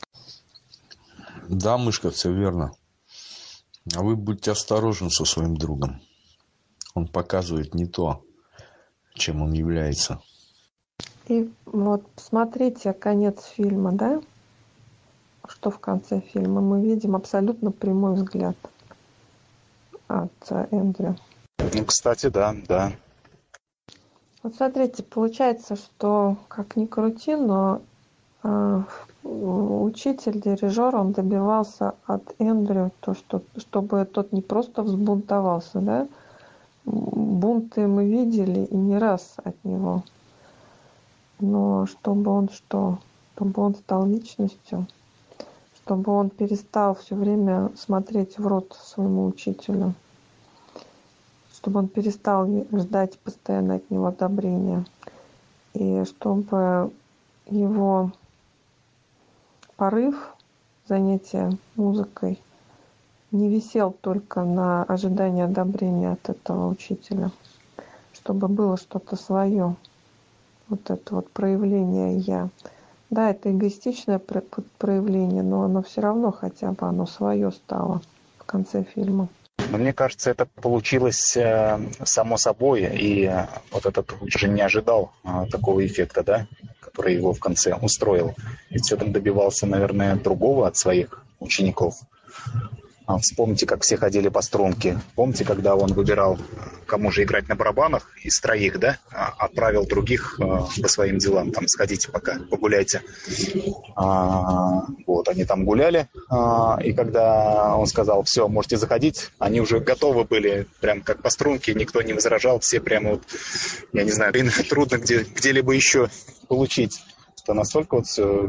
Да, Мышка, все верно. А вы будьте осторожны со своим другом. Он показывает не то, чем он является. И вот смотрите конец фильма, да? Что в конце фильма? Мы видим абсолютно прямой взгляд от Эндрю. Ну, кстати, да, да. Вот смотрите, получается, что, как ни крути, но э, учитель, дирижер, он добивался от Эндрю, то, что, чтобы тот не просто взбунтовался, да? Бунты мы видели и не раз от него. Но чтобы он что? Чтобы он стал личностью, чтобы он перестал все время смотреть в рот своему учителю, чтобы он перестал ждать постоянно от него одобрения, и чтобы его порыв занятия музыкой не висел только на ожидании одобрения от этого учителя, чтобы было что-то свое, вот это вот проявление «я». Да, это эгоистичное проявление, но оно все равно хотя бы оно свое стало в конце фильма. Мне кажется, это получилось э, само собой, и э, вот этот уже не ожидал э, такого эффекта, да, который его в конце устроил. Ведь все-таки добивался, наверное, другого от своих учеников. А вспомните, как все ходили по струнке. Помните, когда он выбирал, кому же играть на барабанах из троих, да? Отправил других э, по своим делам. Там, сходите пока, погуляйте. А, вот, они там гуляли. А, и когда он сказал, все, можете заходить, они уже готовы были, прям как по струнке, никто не возражал. Все прямо вот, я не знаю, трудно где, где-либо еще получить. Это настолько вот все...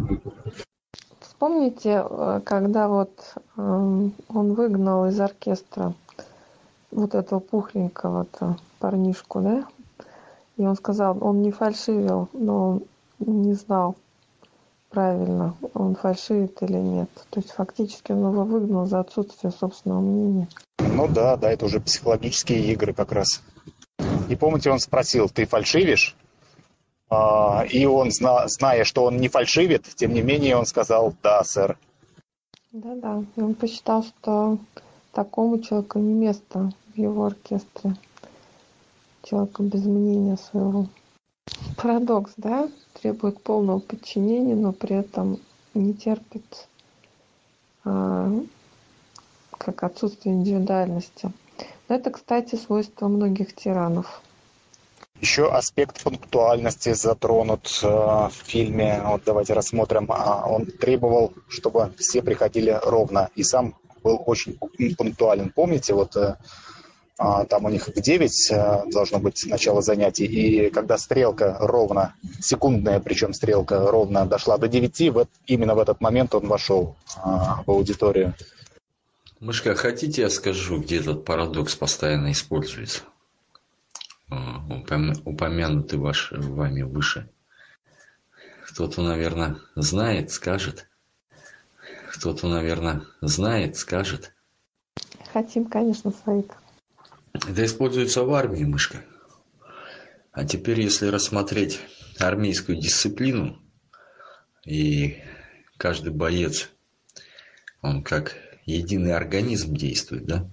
Вспомните, когда вот э, он выгнал из оркестра вот этого пухленького-то парнишку, да? И он сказал, он не фальшивил, но он не знал правильно, он фальшивит или нет. То есть фактически он его выгнал за отсутствие собственного мнения. Ну да, да, это уже психологические игры как раз. И помните, он спросил, ты фальшивишь? И он, зная, что он не фальшивит, тем не менее он сказал «да, сэр». Да-да, и он посчитал, что такому человеку не место в его оркестре. Человеку без мнения своего. Парадокс, да? Требует полного подчинения, но при этом не терпит а, как отсутствие индивидуальности. Но это, кстати, свойство многих тиранов. Еще аспект пунктуальности затронут э, в фильме. Вот давайте рассмотрим. Он требовал, чтобы все приходили ровно. И сам был очень пунктуален. Помните, вот э, там у них в девять э, должно быть начало занятий. И когда стрелка ровно, секундная причем стрелка ровно дошла до девяти, вот именно в этот момент он вошел э, в аудиторию. Мышка, хотите, я скажу, где этот парадокс постоянно используется? Упомянутый ваш, вами выше. Кто-то, наверное, знает, скажет. Кто-то, наверное, знает, скажет. Хотим, конечно, Саид. Это используется в армии, Мышка. А теперь, если рассмотреть армейскую дисциплину, и каждый боец, он как единый организм действует, да?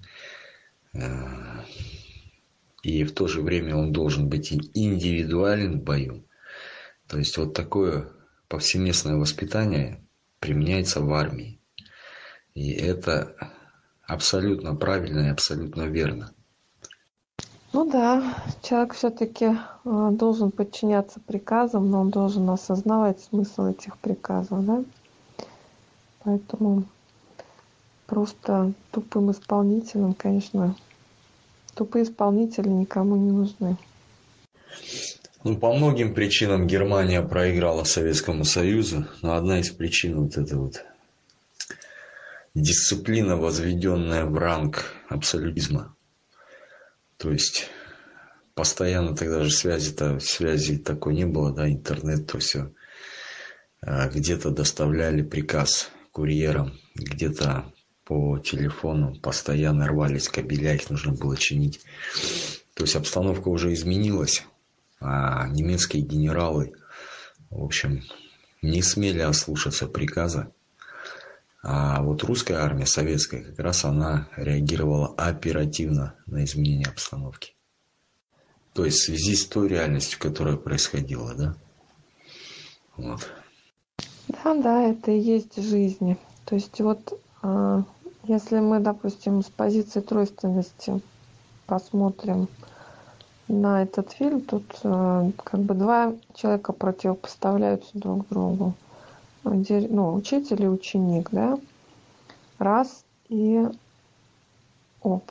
И в то же время он должен быть индивидуален в бою. То есть вот такое повсеместное воспитание применяется в армии. И это абсолютно правильно и абсолютно верно. Ну да, человек все-таки должен подчиняться приказам, но он должен осознавать смысл этих приказов, да? Поэтому просто тупым исполнителем, конечно, тупые исполнители никому не нужны. Ну, по многим причинам Германия проиграла Советскому Союзу, но одна из причин вот эта вот дисциплина, возведенная в ранг абсолютизма. То есть постоянно тогда же связи-то, связи такой не было, да, интернет, то все. Где-то доставляли приказ курьерам, где-то по телефону постоянно рвались кабеля, их нужно было чинить. То есть обстановка уже изменилась, а немецкие генералы, в общем, не смели ослушаться приказа. А вот русская армия, советская, как раз она реагировала оперативно на изменение обстановки. То есть в связи с той реальностью, которая происходила, да? Вот. Да, да, это и есть жизнь. То есть вот если мы, допустим, с позиции тройственности посмотрим на этот фильм, тут как бы два человека противопоставляются друг другу. Ну, учитель и ученик, да? Раз и оп.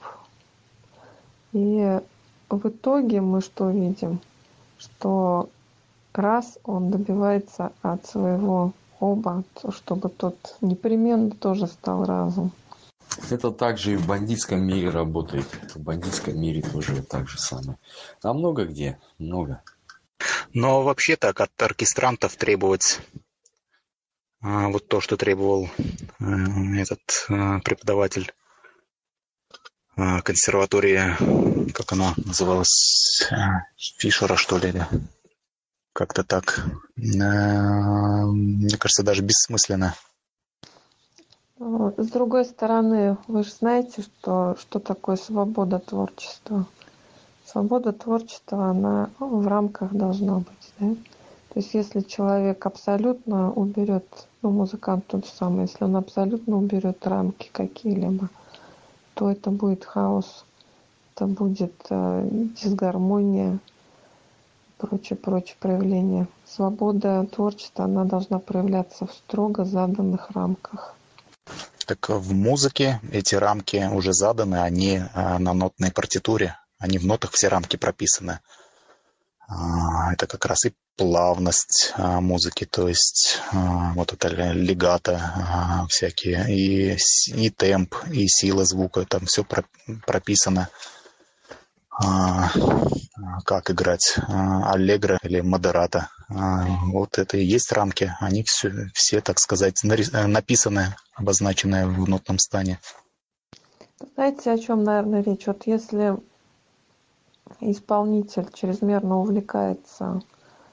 И в итоге мы что видим? Что раз он добивается от своего оба, чтобы тот непременно тоже стал разом. Это также и в бандитском мире работает. В бандитском мире тоже так же самое. А много где? Много. Но вообще так от оркестрантов требовать а, вот то, что требовал а, этот а, преподаватель консерватории, как она называлась, Фишера, что ли, или как-то так. Мне кажется, даже бессмысленно. С другой стороны, вы же знаете, что, что такое свобода творчества. Свобода творчества, она в рамках должна быть. Да? То есть если человек абсолютно уберет, ну, музыкант тот же самый, если он абсолютно уберет рамки какие-либо, то это будет хаос, это будет э, дисгармония, прочее, прочее проявление. Свобода творчества, она должна проявляться в строго заданных рамках. Так в музыке эти рамки уже заданы, они на нотной партитуре, они в нотах все рамки прописаны. Это как раз и плавность музыки, то есть вот это легато всякие, и, и темп, и сила звука, там все прописано. Как играть аллегро или модерато. Вот это и есть рамки. Они все, все, так сказать, написаны, обозначены в нотном стане. Знаете, о чем, наверное, речь? Вот если исполнитель чрезмерно увлекается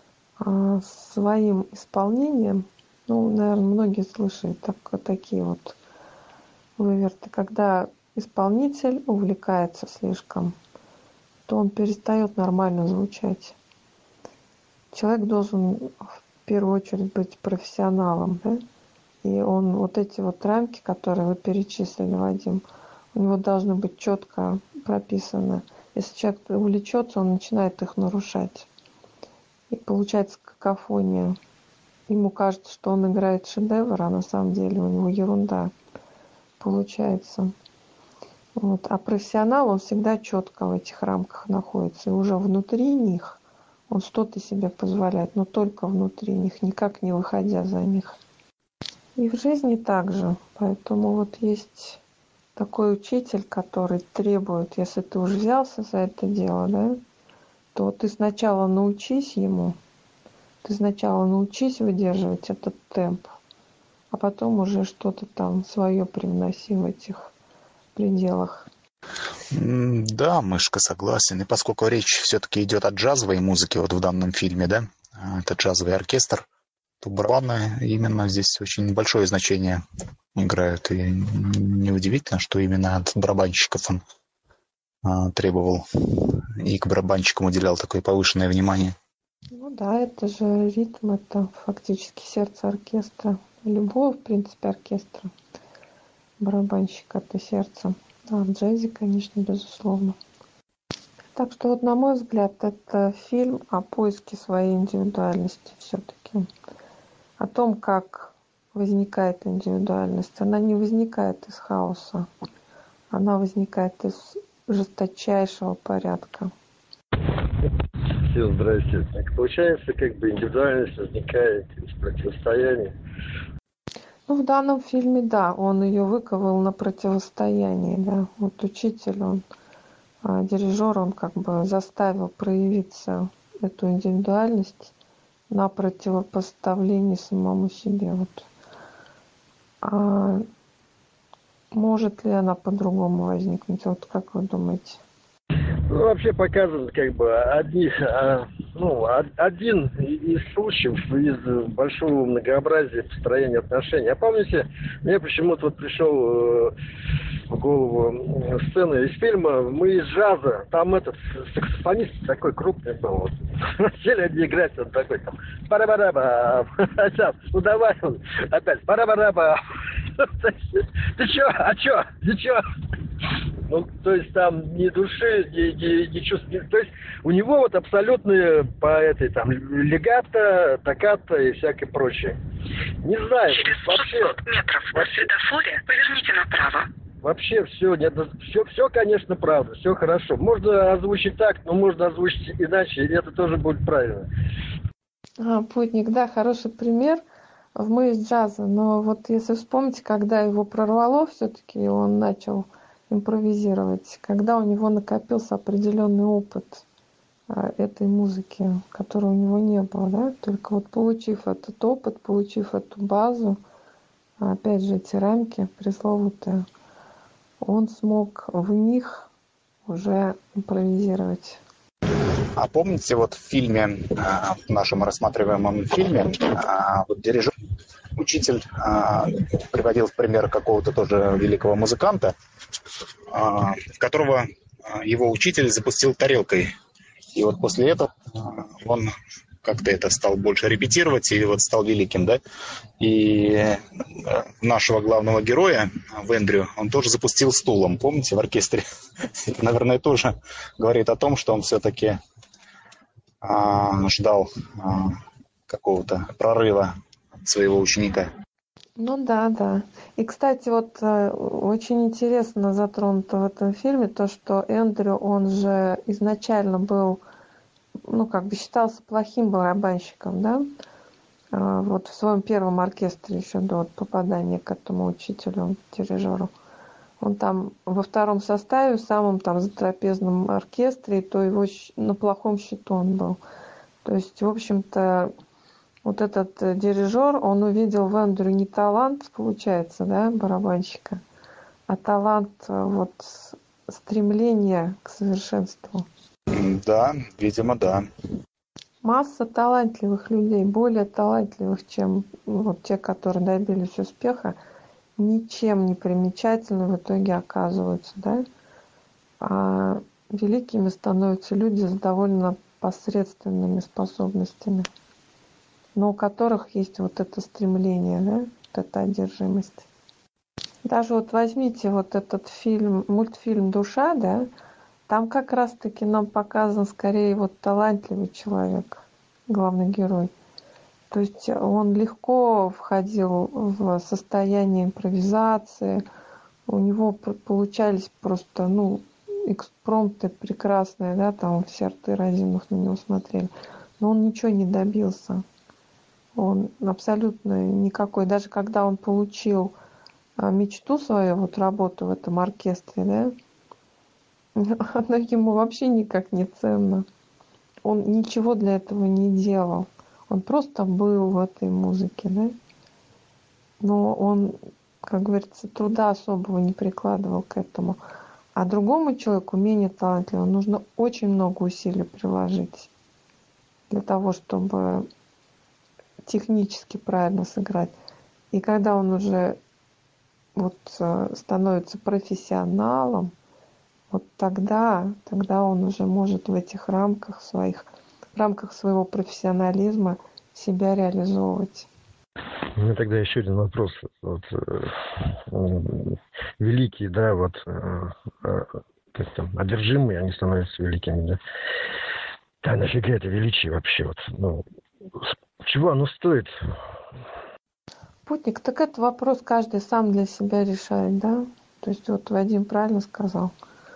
своим исполнением, ну, наверное, многие слышали так, такие вот выверты, когда исполнитель увлекается слишком, то он перестает нормально звучать. Человек должен в первую очередь быть профессионалом, да? И он, вот эти вот рамки, которые вы перечислили, Вадим, у него должны быть четко прописаны. Если человек увлечется, он начинает их нарушать. И получается какофония. Ему кажется, что он играет шедевр, а на самом деле у него ерунда получается. Вот. А профессионал, он всегда четко в этих рамках находится. И уже внутри них он что-то себе позволяет, но только внутри них, никак не выходя за них. И в жизни также. Поэтому вот есть такой учитель, который требует, если ты уже взялся за это дело, да, то ты сначала научись ему, ты сначала научись выдерживать этот темп, а потом уже что-то там свое привноси в этих пределах. Да, Мышка, согласен. И поскольку речь все-таки идет о джазовой музыке, вот в данном фильме, да, это джазовый оркестр, то барабаны именно здесь очень большое значение играют. И неудивительно, что именно от барабанщиков он а, требовал и к барабанщикам уделял такое повышенное внимание. Ну да, это же ритм, это фактически сердце оркестра. Любого, в принципе, оркестра. Барабанщик — это сердце. А в джазе, конечно, безусловно. Так что вот, на мой взгляд, это фильм о поиске своей индивидуальности все-таки. О том, как возникает индивидуальность. Она не возникает из хаоса. Она возникает из жесточайшего порядка. Всем здрасте. Так получается, как бы индивидуальность возникает из противостояния. Ну, в данном фильме, да, он ее выковал на противостоянии, да. Вот учитель, он, а, дирижер, он как бы заставил проявиться эту индивидуальность на противопоставлении самому себе. Вот. А может ли она по-другому возникнуть? Вот как вы думаете? Ну, вообще показан как бы одни, ну, один из случаев из большого многообразия построения отношений. А помните, мне почему-то вот пришел в голову сцена из фильма «Мы из джаза». Там этот саксофонист такой крупный был. Вот. Начали они играть, он такой там «Пара-пара-ба». Ну давай он опять «Пара-пара-ба». Ты чё? А чё? Ты чё? Ну, то есть там ни души, ни, ни, ни чувств, ни, то есть у него вот абсолютные по этой там легато, токкато и всякое прочее. Не знаю. Через вообще, шестьсот метров на светофоре поверните направо. Вообще все, нет, все, все, конечно, правда, все хорошо. Можно озвучить так, но можно озвучить иначе, и это тоже будет правильно. А, Путник, да, хороший пример. В «Мы из джаза», но вот если вспомните, когда его прорвало все-таки, и он начал импровизировать, когда у него накопился определенный опыт а, этой музыки, которой у него не было, да, только вот получив этот опыт, получив эту базу, опять же эти рамки пресловутые, он смог в них уже импровизировать. А помните, вот в фильме, в нашем рассматриваемом фильме, вот дирижер, учитель приводил в пример какого-то тоже великого музыканта, в которого его учитель запустил тарелкой. И вот после этого он как-то это стал больше репетировать и вот стал великим, да. И нашего главного героя, Вендрю, он тоже запустил стулом, помните, в оркестре. Это, наверное, тоже говорит о том, что он все-таки а, ждал а, какого-то прорыва своего ученика. Ну да, да. И, кстати, вот э, очень интересно затронуто в этом фильме то, что Эндрю, он же изначально был, ну, как бы считался плохим барабанщиком, да, э, вот в своем первом оркестре еще до вот попадания к этому учителю, дирижеру. Он там во втором составе, в самом там затрапезном оркестре, и то его на плохом счету он был. То есть, в общем-то, вот этот дирижер, он увидел в Эндрю не талант, получается, да, барабанщика, а талант, вот, стремление к совершенству. Да, видимо, да. Масса талантливых людей, более талантливых, чем вот те, которые добились успеха, ничем не примечательны в итоге оказываются, да. А великими становятся люди с довольно посредственными способностями, но у которых есть вот это стремление, да, вот эта одержимость. Даже вот возьмите вот этот фильм, мультфильм «Душа», да, там как раз-таки нам показан скорее вот талантливый человек, главный герой. То есть он легко входил в состояние импровизации, у него получались просто, ну, экспромты прекрасные, да, там все рты разинув на него смотрели, но он ничего не добился. Он абсолютно никакой. Даже когда он получил мечту свою, вот работу в этом оркестре, да, она ему вообще никак не ценна. Он ничего для этого не делал. Он просто был в этой музыке, да. Но он, как говорится, труда особого не прикладывал к этому. А другому человеку, менее талантливому, нужно очень много усилий приложить для того, чтобы технически правильно сыграть. И когда он уже вот становится профессионалом, вот тогда, тогда он уже может в этих рамках своих, в рамках своего профессионализма себя реализовывать. У меня тогда еще один вопрос. Вот, э, великие, да, вот, э, э, то есть там одержимые, они становятся великими, да. Да нафига это величие вообще? Вот, ну, чего оно стоит? Путник, так это вопрос каждый сам для себя решает, да? То есть вот Вадим правильно сказал.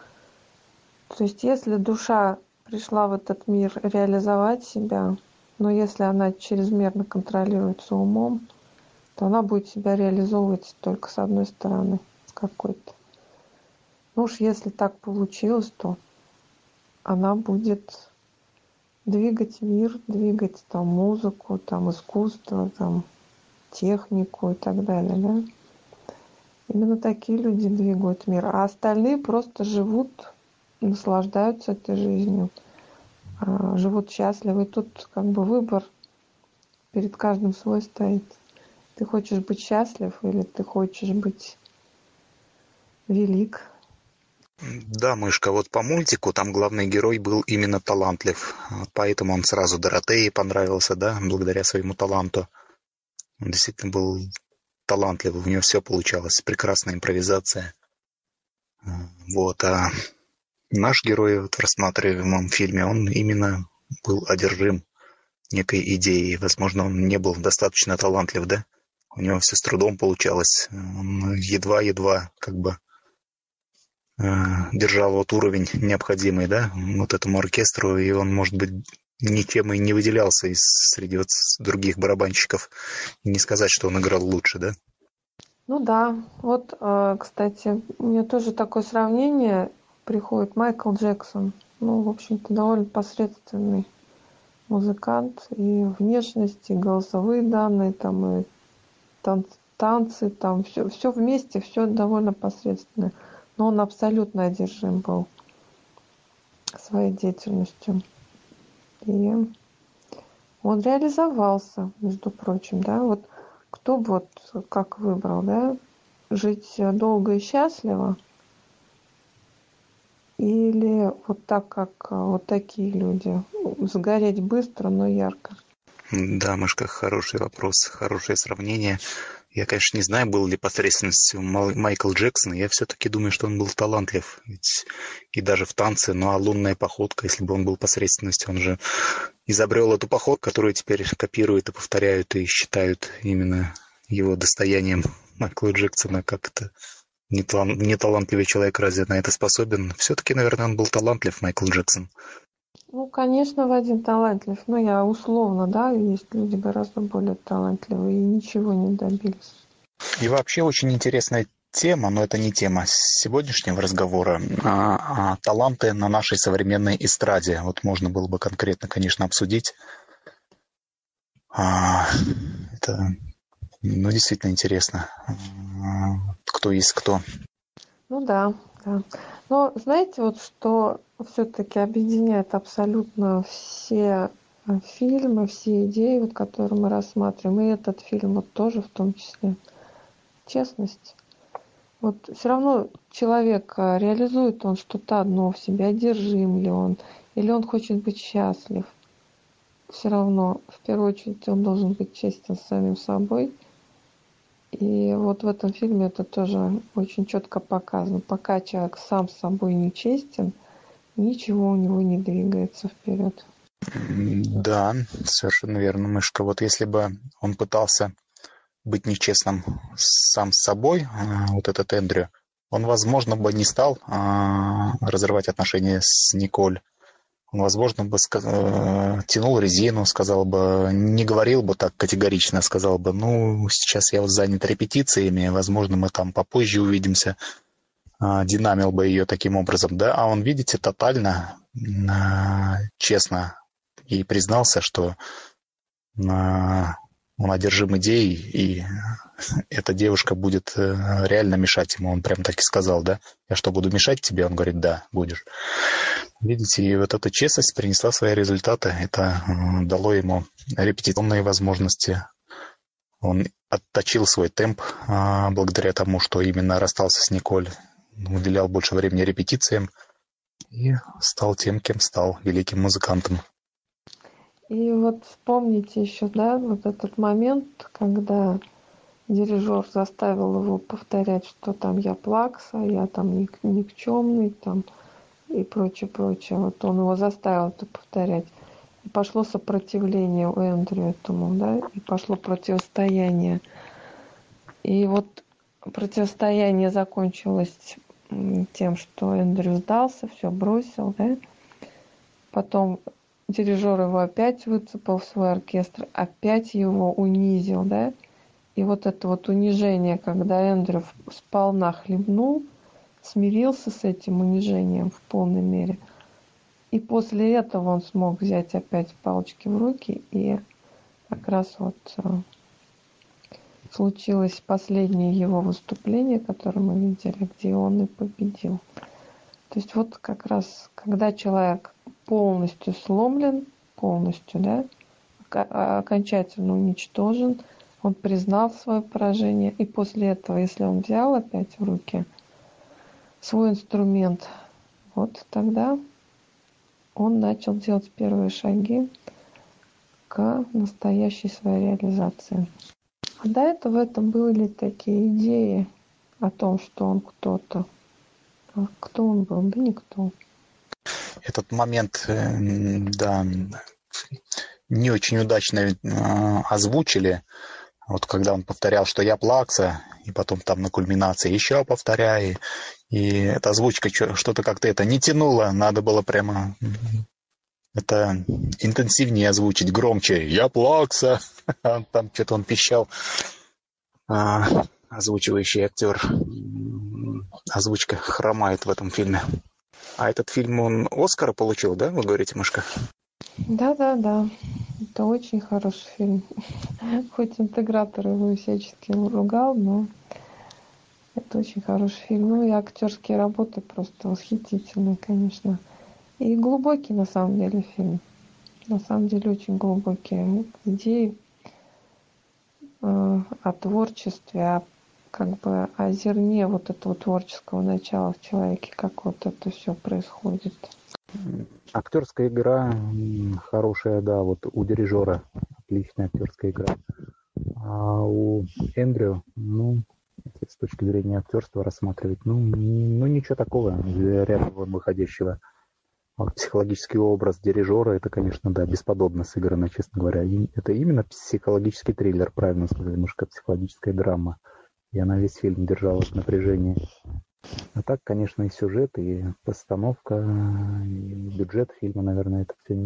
То есть если душа пришла в этот мир реализовать себя, но если она чрезмерно контролируется умом, то она будет себя реализовывать только с одной стороны, с какой-то. Ну уж если так получилось, то она будет двигать мир, двигать там музыку, там искусство, там технику и так далее, да? Именно такие люди двигают мир, а остальные просто живут, наслаждаются этой жизнью, живут счастливо. И тут как бы выбор перед каждым свой стоит. Ты хочешь быть счастлив или ты хочешь быть велик? Да, Мышка, вот по мультику там главный герой был именно талантлив, поэтому он сразу Доротее понравился, да, благодаря своему таланту. Он действительно был талантливый, у него все получалось, прекрасная импровизация. Вот, а наш герой вот в рассматриваемом фильме, он именно был одержим некой идеей. Возможно, он не был достаточно талантлив, да? У него все с трудом получалось. Он едва-едва как бы э, держал вот уровень необходимый, да, вот этому оркестру, и он, может быть, ничем и не выделялся из среди вот других барабанщиков. Не сказать, что он играл лучше, да? Ну да, вот, кстати, у меня тоже такое сравнение приходит. Майкл Джексон, ну, в общем-то, довольно посредственный музыкант, и внешность, и голосовые данные, там, и танцы, танцы там, все, все вместе, все довольно посредственное. но он абсолютно одержим был своей деятельностью. И он реализовался, между прочим, да, вот кто бы вот как выбрал, да, жить долго и счастливо или вот так, как вот такие люди, сгореть быстро, но ярко. Да, Мышка, хороший вопрос, хорошее сравнение. Я, конечно, не знаю, был ли посредственностью Майкл Джексон. Я все-таки думаю, что он был талантлив. Ведь и даже в танце, ну а лунная походка, если бы он был посредственностью, он же изобрел эту походку, которую теперь копируют и повторяют, и считают именно его достоянием Майкла Джексона. Как это неталантливый человек разве на это способен? Все-таки, наверное, он был талантлив, Майкл Джексон. Ну, конечно, Вадим талантлив, но я условно, да, есть люди гораздо более талантливые и ничего не добились. И вообще очень интересная тема, но это не тема сегодняшнего разговора, а, а таланты на нашей современной эстраде. Вот можно было бы конкретно, конечно, обсудить. А, это, ну, действительно интересно, кто есть кто. Ну да, да. Но знаете, вот что все-таки объединяет абсолютно все фильмы, все идеи, вот, которые мы рассматриваем, и этот фильм вот тоже в том числе. Честность. Вот все равно человек, реализует он что-то одно в себе, одержим ли он, или он хочет быть счастлив. Все равно, в первую очередь, он должен быть честен с самим собой. И вот в этом фильме это тоже очень четко показано. Пока человек сам с собой не честен, ничего у него не двигается вперед. Да, совершенно верно, Мышка. Вот если бы он пытался быть нечестным сам с собой, вот этот Эндрю, он, возможно, бы не стал разрывать отношения с Николь. Он, возможно, бы тянул резину, сказал бы, не говорил бы так категорично, сказал бы, ну, сейчас я вот занят репетициями, возможно, мы там попозже увидимся, динамил бы ее таким образом, да, а он, видите, тотально честно и признался, что он одержим идеей, и эта девушка будет реально мешать ему. Он прям так и сказал, да? Я что, буду мешать тебе? Он говорит, да, будешь. Видите, и вот эта честность принесла свои результаты. Это дало ему репетиционные возможности. Он отточил свой темп благодаря тому, что именно расстался с Николь, уделял больше времени репетициям и стал тем, кем стал, великим музыкантом. И вот вспомните еще, да, вот этот момент, когда дирижер заставил его повторять, что там я плакса, я там ник- никчемный, там и прочее, прочее. Вот он его заставил это повторять. И пошло сопротивление у Эндрю этому, да, и пошло противостояние. И вот противостояние закончилось тем, что Эндрю сдался, все бросил, да. Потом дирижер его опять выцепал в свой оркестр, опять его унизил, да. И вот это вот унижение, когда Эндрю сполна хлебнул, смирился с этим унижением в полной мере. И после этого он смог взять опять палочки в руки, и как раз вот случилось последнее его выступление, которое мы видели, где он и победил. То есть вот как раз, когда человек полностью сломлен, полностью, да, окончательно уничтожен, он признал свое поражение, и после этого, если он взял опять в руки свой инструмент, вот тогда он начал делать первые шаги к настоящей своей реализации. А до этого это были такие идеи о том, что он кто-то. А кто он был? Да никто. Этот момент, да, не очень удачно озвучили. Вот когда он повторял, что я плакса, и потом там на кульминации еще повторяй, и эта озвучка что-то как-то это не тянуло, надо было прямо это интенсивнее озвучить, громче. Я плакса, там что-то он пищал, а, озвучивающий актер. Озвучка хромает в этом фильме. А этот фильм, он Оскара получил, да, вы говорите, Мышка? Да, да, да. Это очень хороший фильм. Хоть интегратор его всячески ругал, но Это очень хороший фильм. Ну и актерские работы просто восхитительные, конечно. И глубокий на самом деле фильм. На самом деле очень глубокие идеи э, о творчестве, о, как бы о зерне вот этого творческого начала в человеке, как вот это все происходит. Актерская игра м, хорошая, да, вот у дирижера отличная актерская игра. А у Эндрю, ну, если с точки зрения актерства рассматривать, ну, н- ну ничего такого, рядом выходящего. А вот психологический образ дирижера, это, конечно, да, бесподобно сыграно, честно говоря. И это именно психологический триллер, правильно сказать, немножко психологическая драма. И она весь фильм держала в напряжении. А так, конечно, и сюжет, и постановка, и бюджет фильма, наверное, это все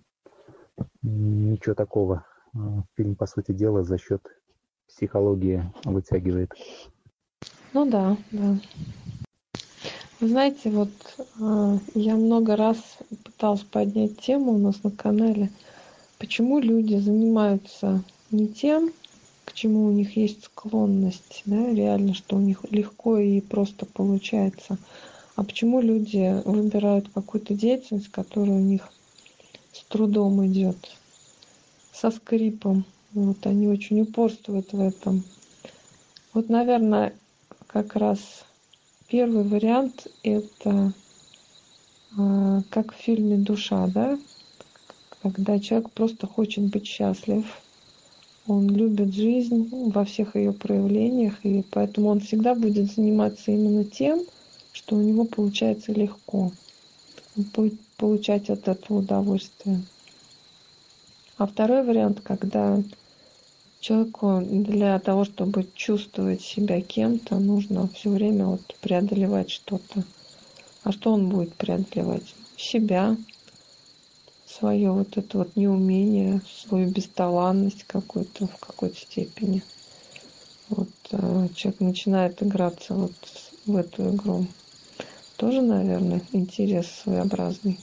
ничего такого. Фильм, по сути дела, за счет психологии вытягивает. Ну да, да. Вы знаете, вот э, я много раз пыталась поднять тему у нас на канале, почему люди занимаются не тем, к чему у них есть склонность, да, реально, что у них легко и просто получается, а почему люди выбирают какую-то деятельность, которая у них с трудом идет, со скрипом. Вот они очень упорствуют в этом. Вот, наверное, как раз первый вариант это э, как в фильме «Душа», да, когда человек просто хочет быть счастлив. Он любит жизнь во всех ее проявлениях, и поэтому он всегда будет заниматься именно тем, что у него получается легко. Он будет получать от этого удовольствие. А второй вариант, когда человеку для того, чтобы чувствовать себя кем-то, нужно все время вот преодолевать что-то. А что он будет преодолевать? Себя, свое вот это вот неумение, свою бесталанность какую-то в какой-то степени. Вот э, человек начинает играться вот в эту игру. Тоже, наверное, интерес своеобразный.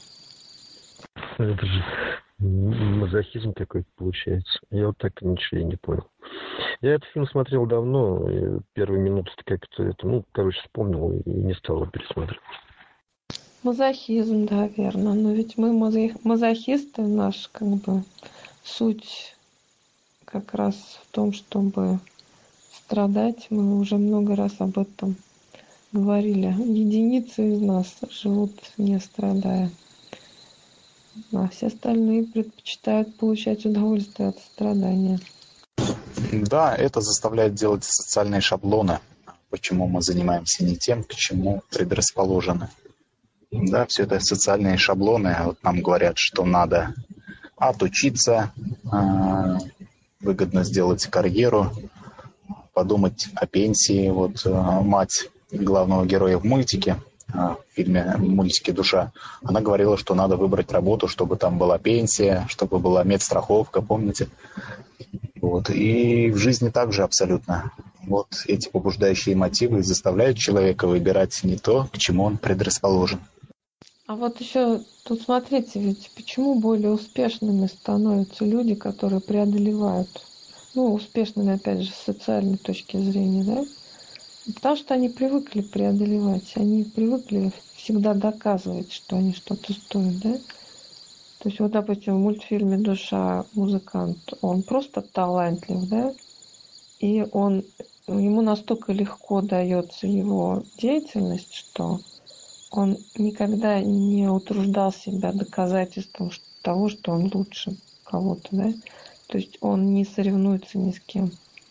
Это же мазохизм какой-то получается. Я вот так ничего и не понял. Я этот фильм смотрел давно, и первые минуты как-то это, ну, короче, вспомнил и не стал его пересматривать. Мазохизм, да, верно. Но ведь мы мазох- мазохисты, наш как бы суть как раз в том, чтобы страдать. Мы уже много раз об этом говорили. Единицы из нас живут не страдая. А все остальные предпочитают получать удовольствие от страдания. Да, это заставляет делать социальные шаблоны, почему мы занимаемся не тем, к чему предрасположены. Да, все это социальные шаблоны. Вот нам говорят, что надо отучиться, выгодно сделать карьеру, подумать о пенсии. Вот мать главного героя в мультике, в фильме «Мультики душа», она говорила, что надо выбрать работу, чтобы там была пенсия, чтобы была медстраховка, помните? Вот. И в жизни также абсолютно. Вот эти побуждающие мотивы заставляют человека выбирать не то, к чему он предрасположен. А вот еще тут смотрите, ведь почему более успешными становятся люди, которые преодолевают, ну, успешными, опять же, с социальной точки зрения, да? Потому что они привыкли преодолевать, они привыкли всегда доказывать, что они что-то стоят, да? То есть вот, допустим, в мультфильме «Душа» музыкант, он просто талантлив, да? И он, ему настолько легко дается его деятельность, что он никогда не утруждал себя доказательством того, что он лучше кого-то, да? То есть он не соревнуется ни с кем.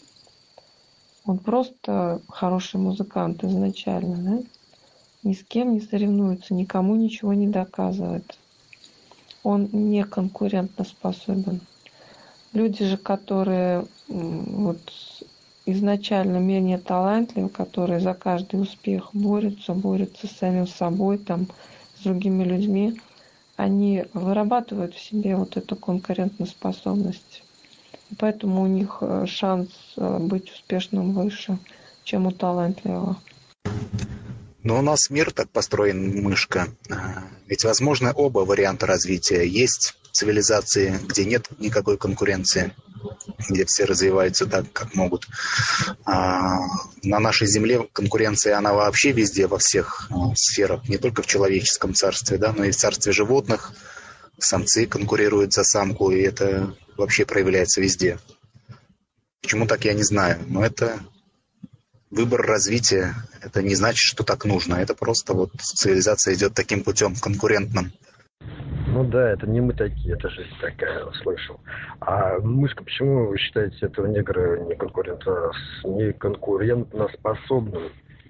Он просто хороший музыкант изначально, да? Ни с кем не соревнуется, никому ничего не доказывает. Он не конкурентоспособен. Люди же, которые вот изначально менее талантливы, которые за каждый успех борются, борются с самим собой, там, с другими людьми, они вырабатывают в себе вот эту конкурентоспособность. И поэтому у них шанс быть успешным выше, чем у талантливого. Но у нас мир так построен, мышка. Ведь возможны оба варианта развития. Есть цивилизации, где нет никакой конкуренции. где все развиваются так, как могут. А на нашей земле конкуренция, она вообще везде, во всех сферах, не только в человеческом царстве, да, но и в царстве животных. Самцы конкурируют за самку, и это вообще проявляется везде. Почему так, я не знаю, но это выбор развития. Это не значит, что так нужно. Это просто вот цивилизация идет таким путем, конкурентным. Ну да, это не мы такие, это жизнь такая, слышал. А мышка, почему вы считаете этого негра не конкурента, не конкурентоспособным?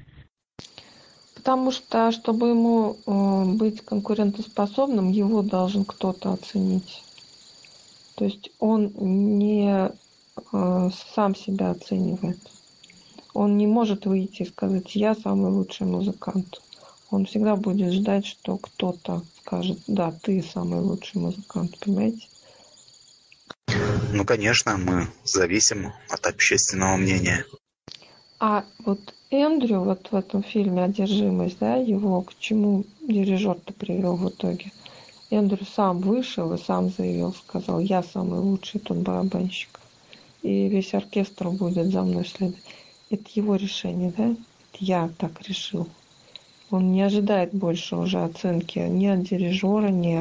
Потому что, чтобы ему э, быть конкурентоспособным, его должен кто-то оценить. То есть он не э, сам себя оценивает. Он не может выйти и сказать: я самый лучший музыкант. Он всегда будет ждать, что кто-то скажет: да, ты самый лучший музыкант, понимаете? Ну, конечно, мы зависим от общественного мнения. А вот Эндрю вот в этом фильме «Одержимость», да, его к чему дирижер-то привел в итоге? Эндрю сам вышел и сам заявил, сказал: я самый лучший тут барабанщик. И весь оркестр будет за мной следовать. Это его решение, да? Я так решил. Он не ожидает больше уже оценки ни от дирижера, ни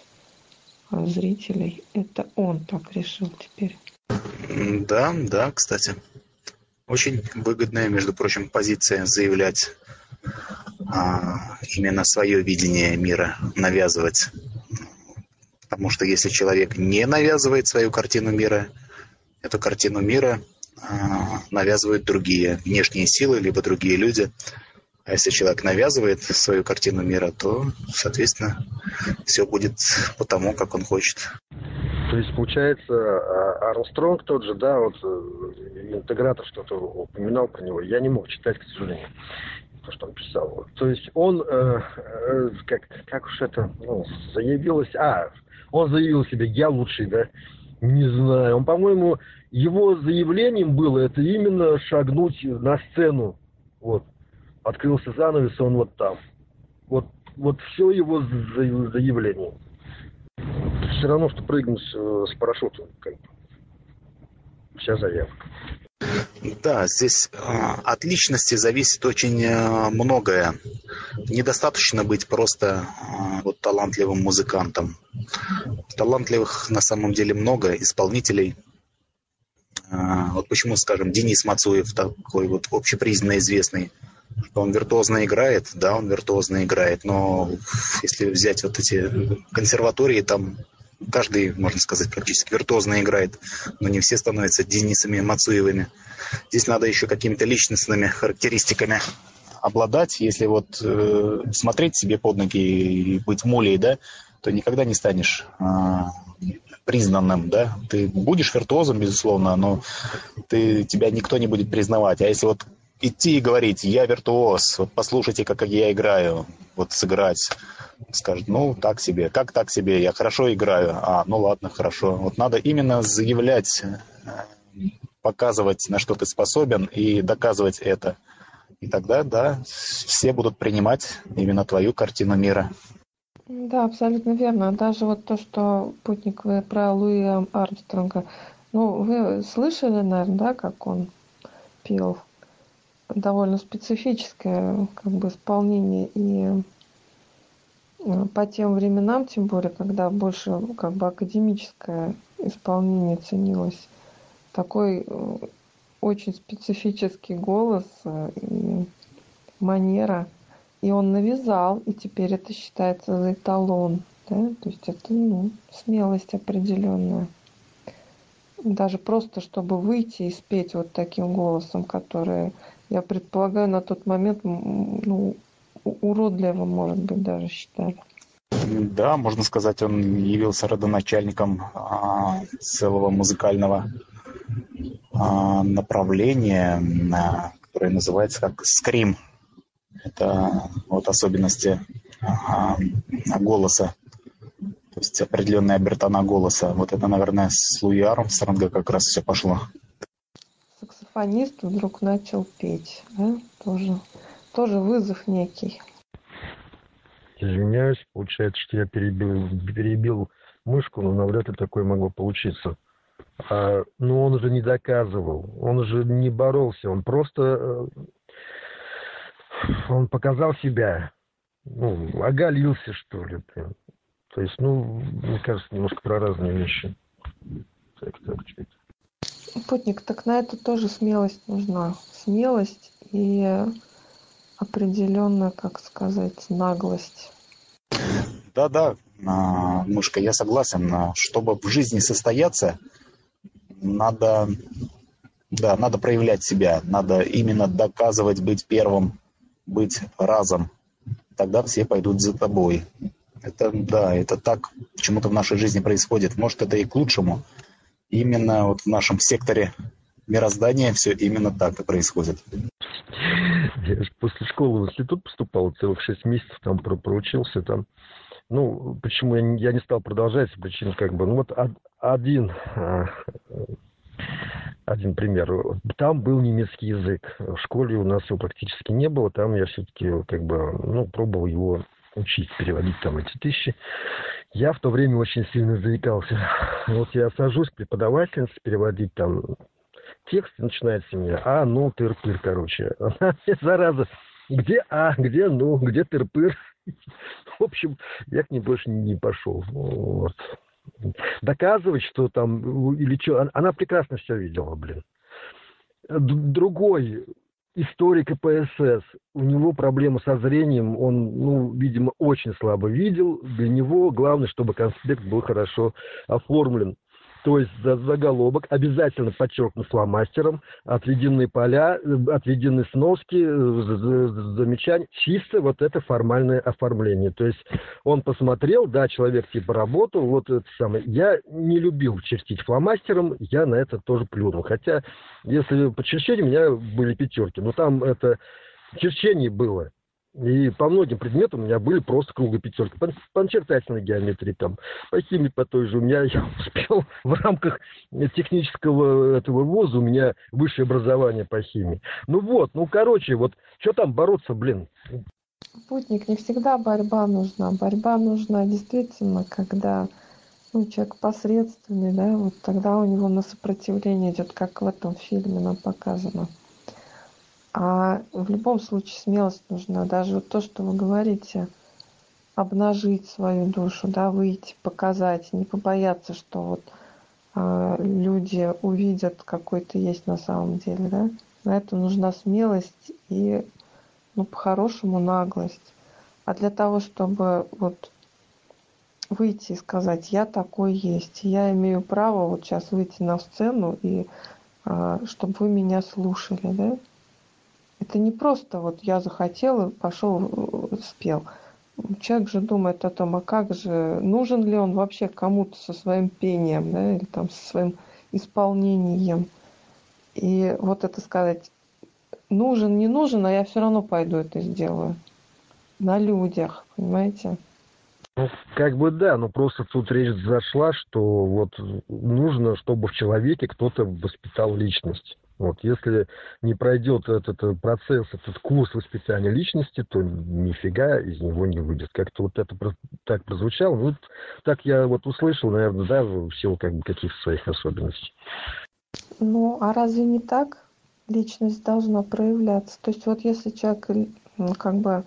от зрителей. Это он так решил теперь. Да, да, кстати. Очень выгодная, между прочим, позиция заявлять а, именно свое видение мира, навязывать. Потому что если человек не навязывает свою картину мира, эту картину мира а, навязывают другие внешние силы, либо другие люди. А если человек навязывает свою картину мира, то, соответственно, все будет по тому, как он хочет. То есть, получается, Армстронг тот же, да, вот интегратор что-то упоминал про него. Я не мог читать, к сожалению, то, что он писал. То есть он, э, э, как, как уж это, ну, заявилось, а, он заявил себе: я лучший, да, не знаю. Он, по-моему, его заявлением было это именно шагнуть на сцену, вот. Открылся занавес, он вот там. Вот, вот все его заявление. Все равно, что прыгнуть с парашютом. Как бы. Вся заявка. Да, здесь э, от личности зависит очень э, многое. Недостаточно быть просто э, вот, талантливым музыкантом. Талантливых на самом деле много, исполнителей. Э, вот почему, скажем, Денис Мацуев такой вот общепризнанно известный. Что он виртуозно играет, да, он виртуозно играет, но если взять вот эти консерватории, там каждый, можно сказать, практически виртуозно играет, но не все становятся Денисами Мацуевыми. Здесь надо еще какими-то личностными характеристиками обладать. Если вот э, смотреть себе под ноги и быть мулей, да, то никогда не станешь э, признанным, да. Ты будешь виртуозом, безусловно, но ты, тебя никто не будет признавать. А если вот идти и говорить: я виртуоз, вот послушайте, как я играю, вот сыграть. Скажет: ну, так себе. Как так себе? Я хорошо играю. А, ну ладно, хорошо. Вот надо именно заявлять, показывать, на что ты способен, и доказывать это. И тогда, да, все будут принимать именно твою картину мира. Да, абсолютно верно. Даже вот то, что путник вы про Луи Армстронга. Ну, вы слышали, наверное, да, как он пел? Довольно специфическое как бы исполнение, и по тем временам, тем более, когда больше как бы академическое исполнение ценилось, такой очень специфический голос и манера, и он навязал, и теперь это считается за эталон, да? То есть это, ну, смелость определенная. Даже просто, чтобы выйти и спеть вот таким голосом, который, я предполагаю, на тот момент, ну, уродливым, может быть, даже считали. Да, можно сказать, он явился родоначальником а, целого музыкального а, направления, а, которое называется как скрим. Это вот особенности а, голоса, то есть определенная обертона голоса. Вот это, наверное, с Луи Армстронга как раз все пошло. Саксофонист вдруг начал петь, да? Тоже, тоже вызов некий. Извиняюсь, получается, что я перебил, перебил мышку, но навряд ли такое могло получиться. А, но он же не доказывал, он же не боролся, он просто он показал себя, ну, оголился, что ли. То есть, ну, мне кажется, немножко про разные вещи. Так, так, Путник, так на это тоже смелость нужна. Смелость и определенная, как сказать, наглость. Да-да, а, Мышка, я согласен. А, Чтобы в жизни состояться, надо, да, надо проявлять себя, надо именно доказывать, быть первым, быть разом. Тогда все пойдут за тобой. Это, да, это так почему-то в нашей жизни происходит. Может, это и к лучшему. Именно вот в нашем секторе мироздания все именно так и происходит. Я же после школы в институт поступал, целых шесть месяцев там про- проучился. Там. Ну, почему я не, я не стал продолжать, причин как бы, ну вот один, один пример. Там был немецкий язык. В школе у нас его практически не было. Там я все-таки как бы, ну, пробовал его учить, переводить там эти тысячи. Я в то время очень сильно заикался. Вот я сажусь к преподавательнице переводить там текст, начинается мне, а, ну, тыр-пыр, короче. Она, зараза, где а, где ну, где тыр-пыр. В общем, я к ней больше не пошел. Вот. Доказывать, что там, или что, она прекрасно все видела, блин. Другой историк ИПСС, у него проблемы со зрением, он, ну, видимо, очень слабо видел. Для него главное, чтобы конспект был хорошо оформлен. То есть заголовок обязательно подчеркнут фломастером, отведенные поля, отведены сноски, замечания. Чисто вот это формальное оформление. То есть он посмотрел, да, человек типа работал, вот это самое. Я не любил чертить фломастером, я на это тоже плюнул. Хотя, если по черчению у меня были пятерки, но там это черчение было. И по многим предметам у меня были просто круглые пятерки. По, по начертательной геометрии, там, по химии, по той же. У меня я успел в рамках технического этого вуза, у меня высшее образование по химии. Ну вот, ну короче, вот, что там бороться, блин? Путник, не всегда борьба нужна. Борьба нужна действительно, когда, ну, человек посредственный, да, вот тогда у него на сопротивление идет, как в этом фильме нам показано. А в любом случае смелость нужна. Даже то, что вы говорите, обнажить свою душу, да, выйти, показать, не побояться, что вот а, люди увидят, какой ты есть на самом деле, да. На это нужна смелость и, ну, по-хорошему, наглость. А для того, чтобы вот выйти и сказать, я такой есть, я имею право вот сейчас выйти на сцену и а, чтобы вы меня слушали, да. Это не просто вот я захотел и пошел, спел. Человек же думает о том, а как же, нужен ли он вообще кому-то со своим пением, да, или там со своим исполнением. И вот это сказать, нужен, не нужен, а я все равно пойду это сделаю. На людях, понимаете? Ну, как бы да, но просто тут речь зашла, что вот нужно, чтобы в человеке кто-то воспитал личность. Вот, если не пройдет этот процесс, этот курс воспитания личности, то нифига из него не выйдет. Как-то вот это так прозвучало. Ну, так я вот услышал, наверное, да, в силу как бы каких-то своих особенностей. Ну, а разве не так? Личность должна проявляться. То есть вот если человек, как бы,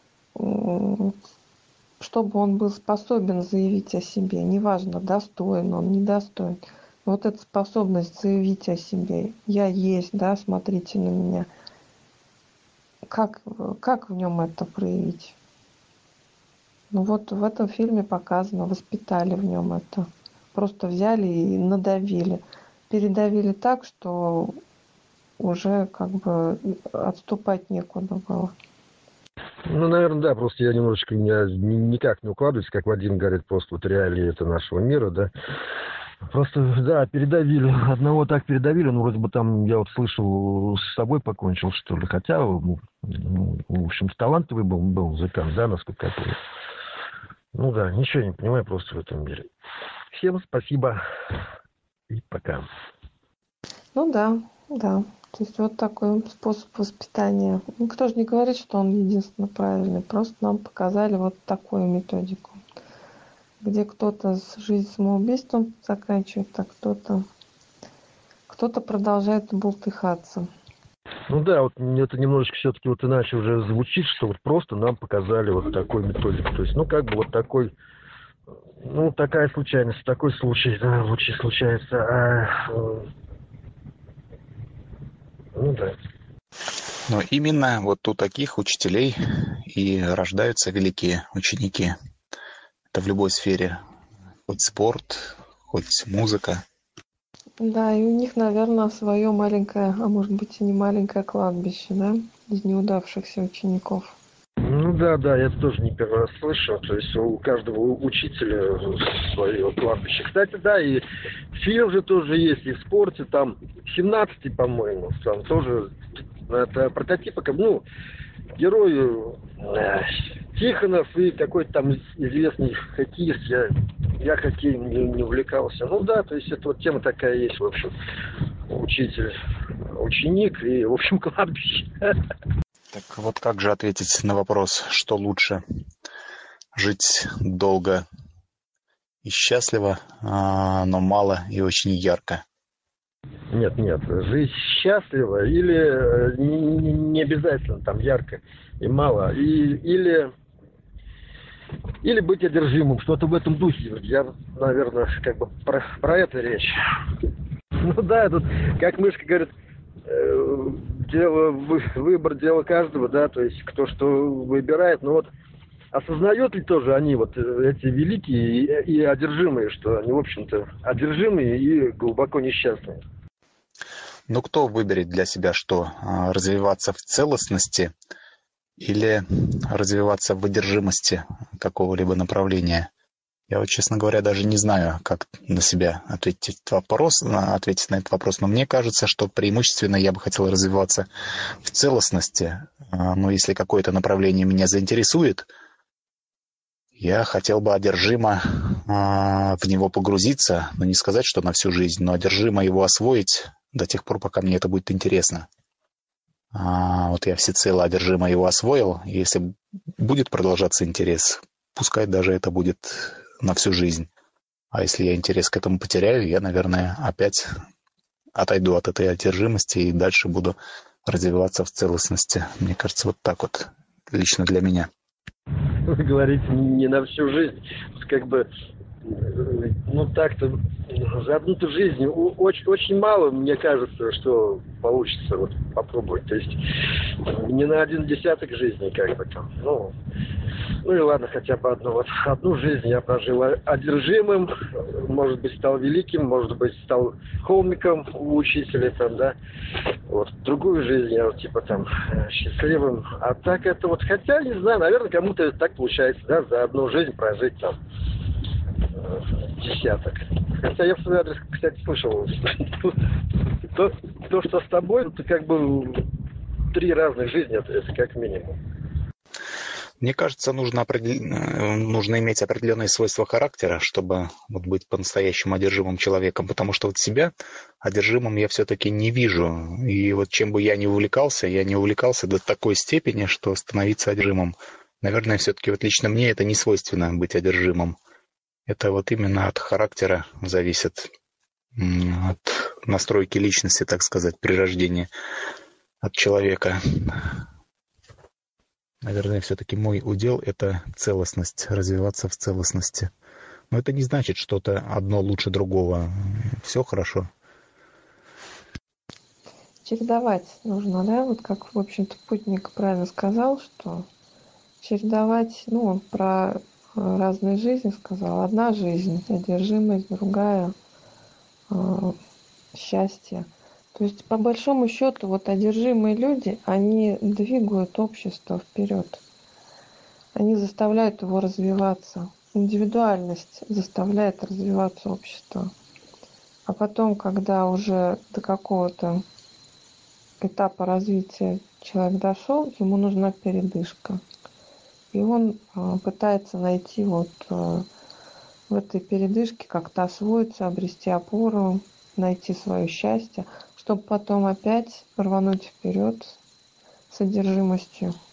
чтобы он был способен заявить о себе, неважно, достоин он, недостоин, вот эта способность заявить о себе, я есть, да, смотрите на меня, как, как в нем это проявить? Ну вот в этом фильме показано, воспитали в нем это. Просто взяли и надавили. Передавили так, что уже как бы отступать некуда было. Ну, наверное, да, просто я немножечко, меня никак не укладывается, как Вадим говорит, просто вот реалии это нашего мира, да. Просто, да, передавили. Одного так передавили, ну, вроде бы там, я вот слышал, с собой покончил, что ли. Хотя, ну, в общем, талантливый был, был музыкант, да, насколько я помню. Ну, да, ничего не понимаю просто в этом мире. Всем спасибо и пока. Ну, да, да. То есть вот такой способ воспитания. Никто же не говорит, что он единственно правильный. Просто нам показали вот такую методику, где кто-то жизнь самоубийством заканчивает, а кто-то кто-то продолжает бултыхаться. Ну да, вот это немножечко все-таки вот иначе уже звучит, что вот просто нам показали вот такой методику. То есть, ну как бы вот такой, ну такая случайность, такой случай, да, лучше случается. А, ну да. Но именно вот у таких учителей и рождаются великие ученики. Это в любой сфере, хоть спорт, хоть музыка. Да, и у них, наверное, свое маленькое, а может быть и не маленькое кладбище, да, из неудавшихся учеников. Ну да, да, я это тоже не первый раз слышу. То есть у каждого учителя свое кладбище. Кстати, да, и фильм же тоже есть, и в спорте, там, семнадцатый, по-моему, там тоже, это прототипы, ну, герой э, Тихонов и какой-то там известный хоккеист, я, я хоккеем не, не увлекался. Ну да, то есть это вот тема такая есть, в общем, учитель, ученик и, в общем, кладбище. Так вот как же ответить на вопрос, что лучше? Жить долго и счастливо, но мало и очень ярко? Нет, нет, жить счастливо или не, не обязательно там ярко и мало, и, или, или быть одержимым, что-то в этом духе. Я, наверное, как бы про, про это речь. Ну да, тут, как Мышка говорит, дело, выбор дело каждого, да, то есть кто что выбирает, но вот осознают ли тоже они, вот эти великие и, и одержимые, что они, в общем-то, одержимые и глубоко несчастные? Ну, кто выберет для себя что? Развиваться в целостности или развиваться в одержимости какого-либо направления? Я вот, честно говоря, даже не знаю, как на себя ответить, этот вопрос, ответить на этот вопрос. Но мне кажется, что преимущественно я бы хотел развиваться в целостности. Но если какое-то направление меня заинтересует, я хотел бы одержимо в него погрузиться. Но не сказать, что на всю жизнь, но одержимо его освоить до тех пор, пока мне это будет интересно. Вот я всецело одержимо его освоил. И если будет продолжаться интерес, пускай даже это будет на всю жизнь. А если я интерес к этому потеряю, я, наверное, опять отойду от этой одержимости и дальше буду развиваться в целостности. Мне кажется, вот так вот, лично для меня. Вы говорите, не на всю жизнь. Как бы, ну так-то, за одну-то жизнь очень, очень мало, мне кажется, что получится вот попробовать. То есть не на один десяток жизни, как бы там, ну... Ну и ладно, хотя бы одну. Вот одну жизнь я прожил одержимым, может быть, стал великим, может быть, стал холмиком у учителя там, да. Вот другую жизнь я вот типа там счастливым. А так это вот, хотя, не знаю, наверное, кому-то так получается, да, за одну жизнь прожить там десяток. Хотя я в свой адрес, кстати, слышал, то, то что с тобой, это как бы три разных жизни, это, это как минимум. Мне кажется, нужно, определ... нужно иметь определенные свойства характера, чтобы вот быть по-настоящему одержимым человеком, потому что вот себя одержимым я все-таки не вижу. И вот чем бы я ни увлекался, я не увлекался до такой степени, что становиться одержимым. Наверное, все-таки вот лично мне это не свойственно быть одержимым. Это вот именно от характера зависит, от настройки личности, так сказать, при рождении, от человека. Наверное, все-таки мой удел – это целостность, развиваться в целостности. Но это не значит, что это одно лучше другого. Все хорошо. Чередовать нужно, да? Вот как, в общем-то, Путник правильно сказал, что чередовать, ну, он про разные жизни сказал. Одна жизнь, одержимость, другая э, счастье. То есть, по большому счету, вот одержимые люди, они двигают общество вперед. Они заставляют его развиваться. Индивидуальность заставляет развиваться общество. А потом, когда уже до какого-то этапа развития человек дошел, ему нужна передышка. И он э, пытается найти вот э, в этой передышке как-то освоиться, обрести опору, найти свое счастье, чтобы потом опять рвануть вперед с одержимостью.